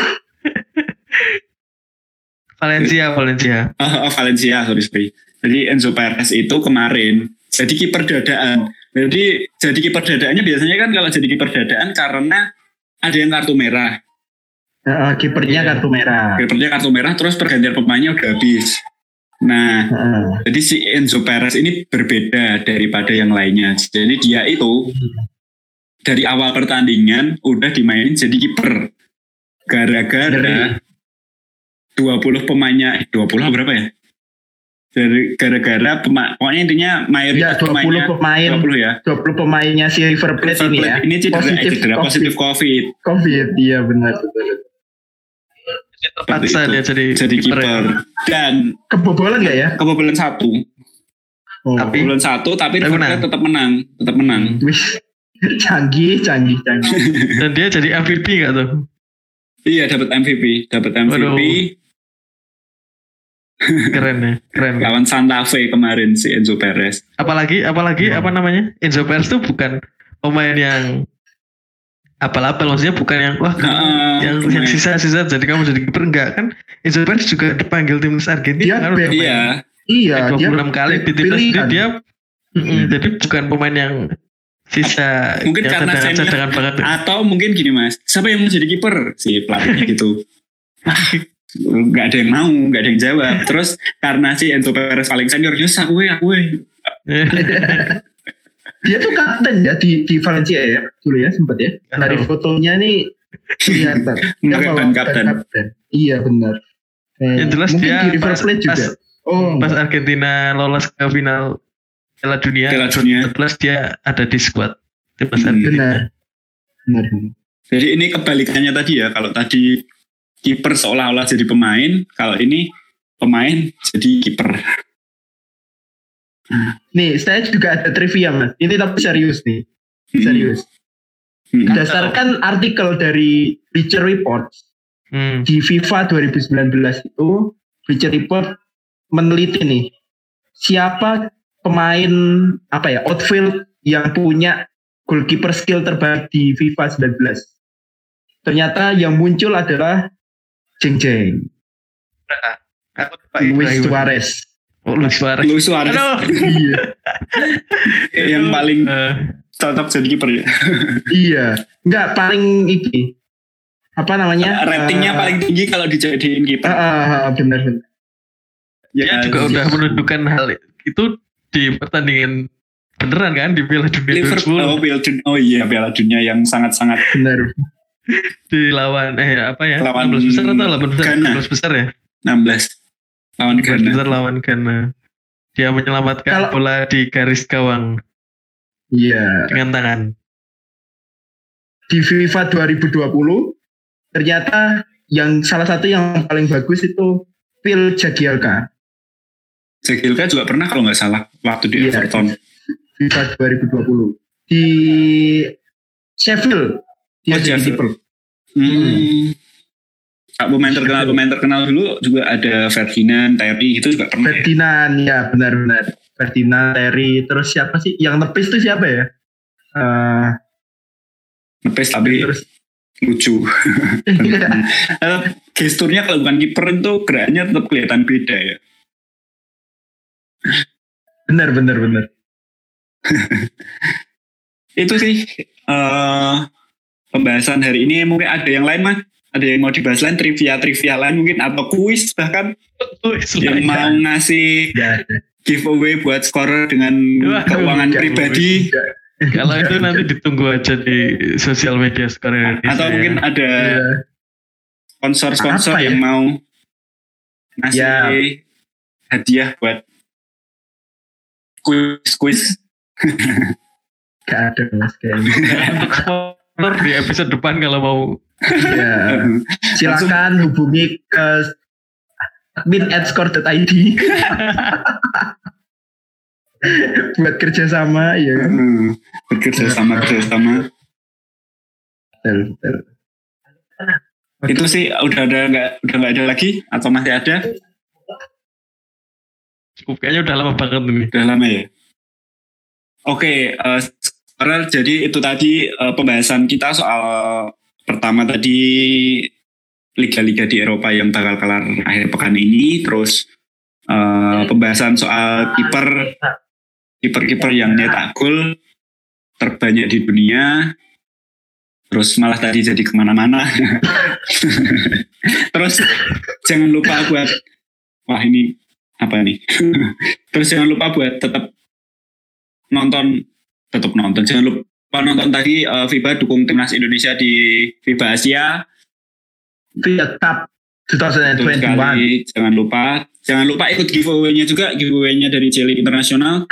Valencia, Valencia. Oh, oh Valencia, sorry, sorry. Jadi Enzo Perez itu kemarin jadi kiper dadaan. Jadi jadi kiper dadaannya biasanya kan kalau jadi kiper dadaan karena ada yang kartu merah. Uh, kipernya yeah. kartu merah. Kipernya kartu merah, terus pergantian pemainnya udah habis. Nah, uh. jadi si Enzo Perez ini berbeda daripada yang lainnya. Jadi dia itu dari awal pertandingan udah dimainin jadi kiper. Gara-gara dua puluh pemainnya, eh, dua puluh berapa ya? Dari gara-gara pema, pokoknya intinya mayoritas ya, dua puluh pemain, dua puluh ya. dua puluh pemainnya si River Plate River ini Plate ya. Ini cedera, positif, cedera COVID. positif COVID. COVID, iya benar. Terpaksa dia jadi jadi kiper. Dan kebobolan nggak ya? Kebobolan satu. Oh. Kebobolan satu, tapi River Plate tetap menang, tetap menang. Wih, canggih, canggih, canggih. Dan dia jadi M V P nggak tuh? Iya, dapat M V P, dapat M V P. Waduh. Keren ya, keren. Lawan Santa Fe kemarin si Enzo Perez. Apalagi, apalagi hmm. apa namanya? Enzo Perez tuh bukan pemain yang apal-apal, maksudnya bukan yang wah nah, yang yang sisa-sisa jadi kamu jadi kiper, enggak kan? Enzo Perez juga dipanggil timnas Argentina kan? Iya, iya. dua puluh enam kali di timnas dia, dia mm, jadi bukan pemain yang sisa mungkin yang karena cadangan, cadangan banget. Atau mungkin gini Mas, siapa yang mau jadi kiper? Si pelatihnya gitu. Nggak ada yang mau, nggak ada yang jawab. Terus karena si Enzo Perez paling senior, just aku ya, aku dia tuh kapten ya di di Valencia ya dulu ya sempat ya. Dari fotonya nih kelihatan. Dia bawa kapten. kapten. Iya benar. Eh, yang jelas dia di River Plate juga. Oh, pas Argentina lolos ke final Piala Dunia, Piala Dunia. Plus dia ada di squad timnas hmm, benar. Benar. Jadi ini kebalikannya tadi ya. Kalau tadi kiper seolah-olah jadi pemain, kalau ini pemain jadi kiper. Nih, saya juga ada trivia Mas. Ini tapi serius nih, serius. Hmm. Berdasarkan artikel dari Bleacher Report hmm. di FIFA dua ribu sembilan belas itu, Bleacher Report meneliti nih siapa pemain apa ya outfield yang punya goalkeeper skill terbaik di FIFA sembilan belas. Ternyata yang muncul adalah Jeng Jeng. Luis Suarez. Oh, Luis Suarez. Luis Suarez. Iya. Yang paling uh, cocok jadi kiper ya. Iya. Enggak paling ini. Apa namanya? Ratingnya uh, paling tinggi kalau dijadiin kiper. Uh, uh, uh, benar benar. Ya, dia juga udah menunjukkan hal itu di pertandingan beneran kan di Piala Dunia Liverpool. Oh, Piala Dunia. Oh iya, Piala Dunia yang sangat-sangat benar. Di lawan eh apa ya? Lawan enam belas besar atau delapan besar? Ghana. enam belas besar ya? enam belas. Lawan Ghana. Besar lawan Ghana. Dia menyelamatkan Kalau, bola di garis gawang. Iya. Dengan tangan. Di FIFA dua ribu dua puluh ternyata yang salah satu yang paling bagus itu Phil Jagielka. Jagielka juga pernah kalau nggak salah waktu di iya, Everton. FIFA dua ribu dua puluh di Sheffield. Dia oh, jadi kiper. Hmm. hmm. Pemain terkenal, pemain terkenal dulu juga ada Ferdinand, Terry itu juga pernah. Ferdinand, ya benar-benar. Ferdinand, Terry, terus siapa sih? Yang nepis itu siapa ya? Uh, nepis tapi terus lucu. Gesturnya kalau bukan kiper itu geraknya tetap kelihatan beda ya. Benar, benar, benar. Itu sih. Uh, Pembahasan hari ini mungkin ada yang lain Mas? Ada yang mau dibahas lain, trivia-trivia lain mungkin atau kuis bahkan yang mau ngasih ya. Giveaway buat scorer dengan Wah, keuangan pribadi. Kalau itu nanti ditunggu aja di sosial media scorer Indonesia. Atau mungkin ada ya. sponsor-sponsor ya? yang mau ngasih ya. hadiah buat kuis-kuis. Gak ada mas kayaknya. Untuk sponsor di episode depan kalau mau. Ya, silakan hubungi ke admin at score dot i d buat kerjasama ya kan. Hmm, bekerja sama kerja sama. Betul, betul. Itu sih udah ada nggak udah nggak ada lagi atau masih ada? Cukup kayaknya udah lama banget ini. Udah lama ya. Oke, uh, sekarang jadi itu tadi uh, pembahasan kita soal pertama tadi liga-liga di Eropa yang bakal kelar akhir pekan ini, terus uh, pembahasan soal kiper kiper-kiper yang nyetak gol terbanyak di dunia, terus malah tadi jadi kemana-mana. Terus jangan lupa buat wah ini apa nih? Terus jangan lupa buat tetap nonton, tetap nonton. Jangan lupa nonton tadi uh, FIBA dukung timnas Indonesia di FIBA Asia. FIBA Cup dua ribu dua puluh satu. Jangan lupa, jangan lupa ikut giveaway-nya juga, giveaway-nya dari Jelly Internasional.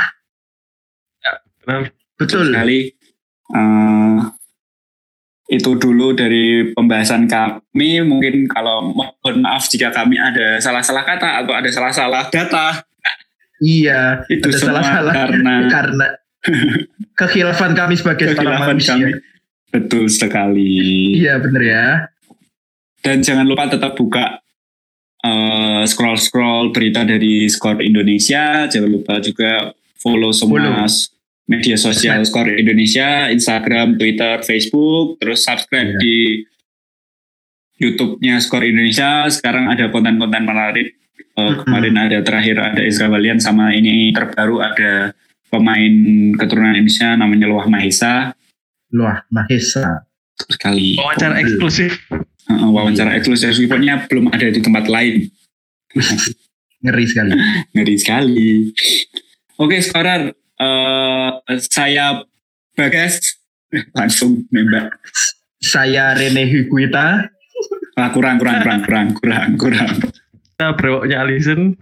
Betul sekali. Uh, itu dulu dari pembahasan kami. Mungkin kalau mohon maaf jika kami ada salah-salah kata atau ada salah-salah data. Iya, itu ada semua salah-salah karena karena kekhilafan kami sebagai seorang manusia. Kami. Betul sekali. Iya benar ya. Dan jangan lupa tetap buka uh, scroll-scroll berita dari Skor Indonesia. Jangan lupa juga follow semua follow. media sosial Skor Indonesia, Instagram, Twitter, Facebook. Terus subscribe yeah. di YouTube-nya Skor Indonesia. Sekarang ada konten-konten menarik. Uh, mm-hmm. Kemarin ada terakhir ada Ezra Walian, sama ini terbaru ada pemain keturunan Indonesia namanya Luah Mahesa. Luah Mahesa. Sekali. Wawancara oh, eksklusif. Uh, wawancara eksklusif. Pokoknya belum ada di tempat lain. Ngeri sekali. Ngeri sekali. Oke, sekarang uh, saya Bagas langsung nembak. Saya Rene Higuita. Ah, kurang, kurang, kurang, kurang, kurang, kurang. Kita brewoknya Alison.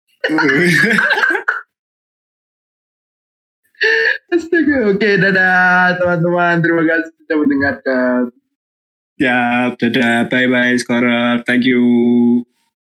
Astaga, oke, dadah teman-teman. Terima kasih sudah mendengarkan. Ya, dadah, bye-bye, Scorer. Thank you.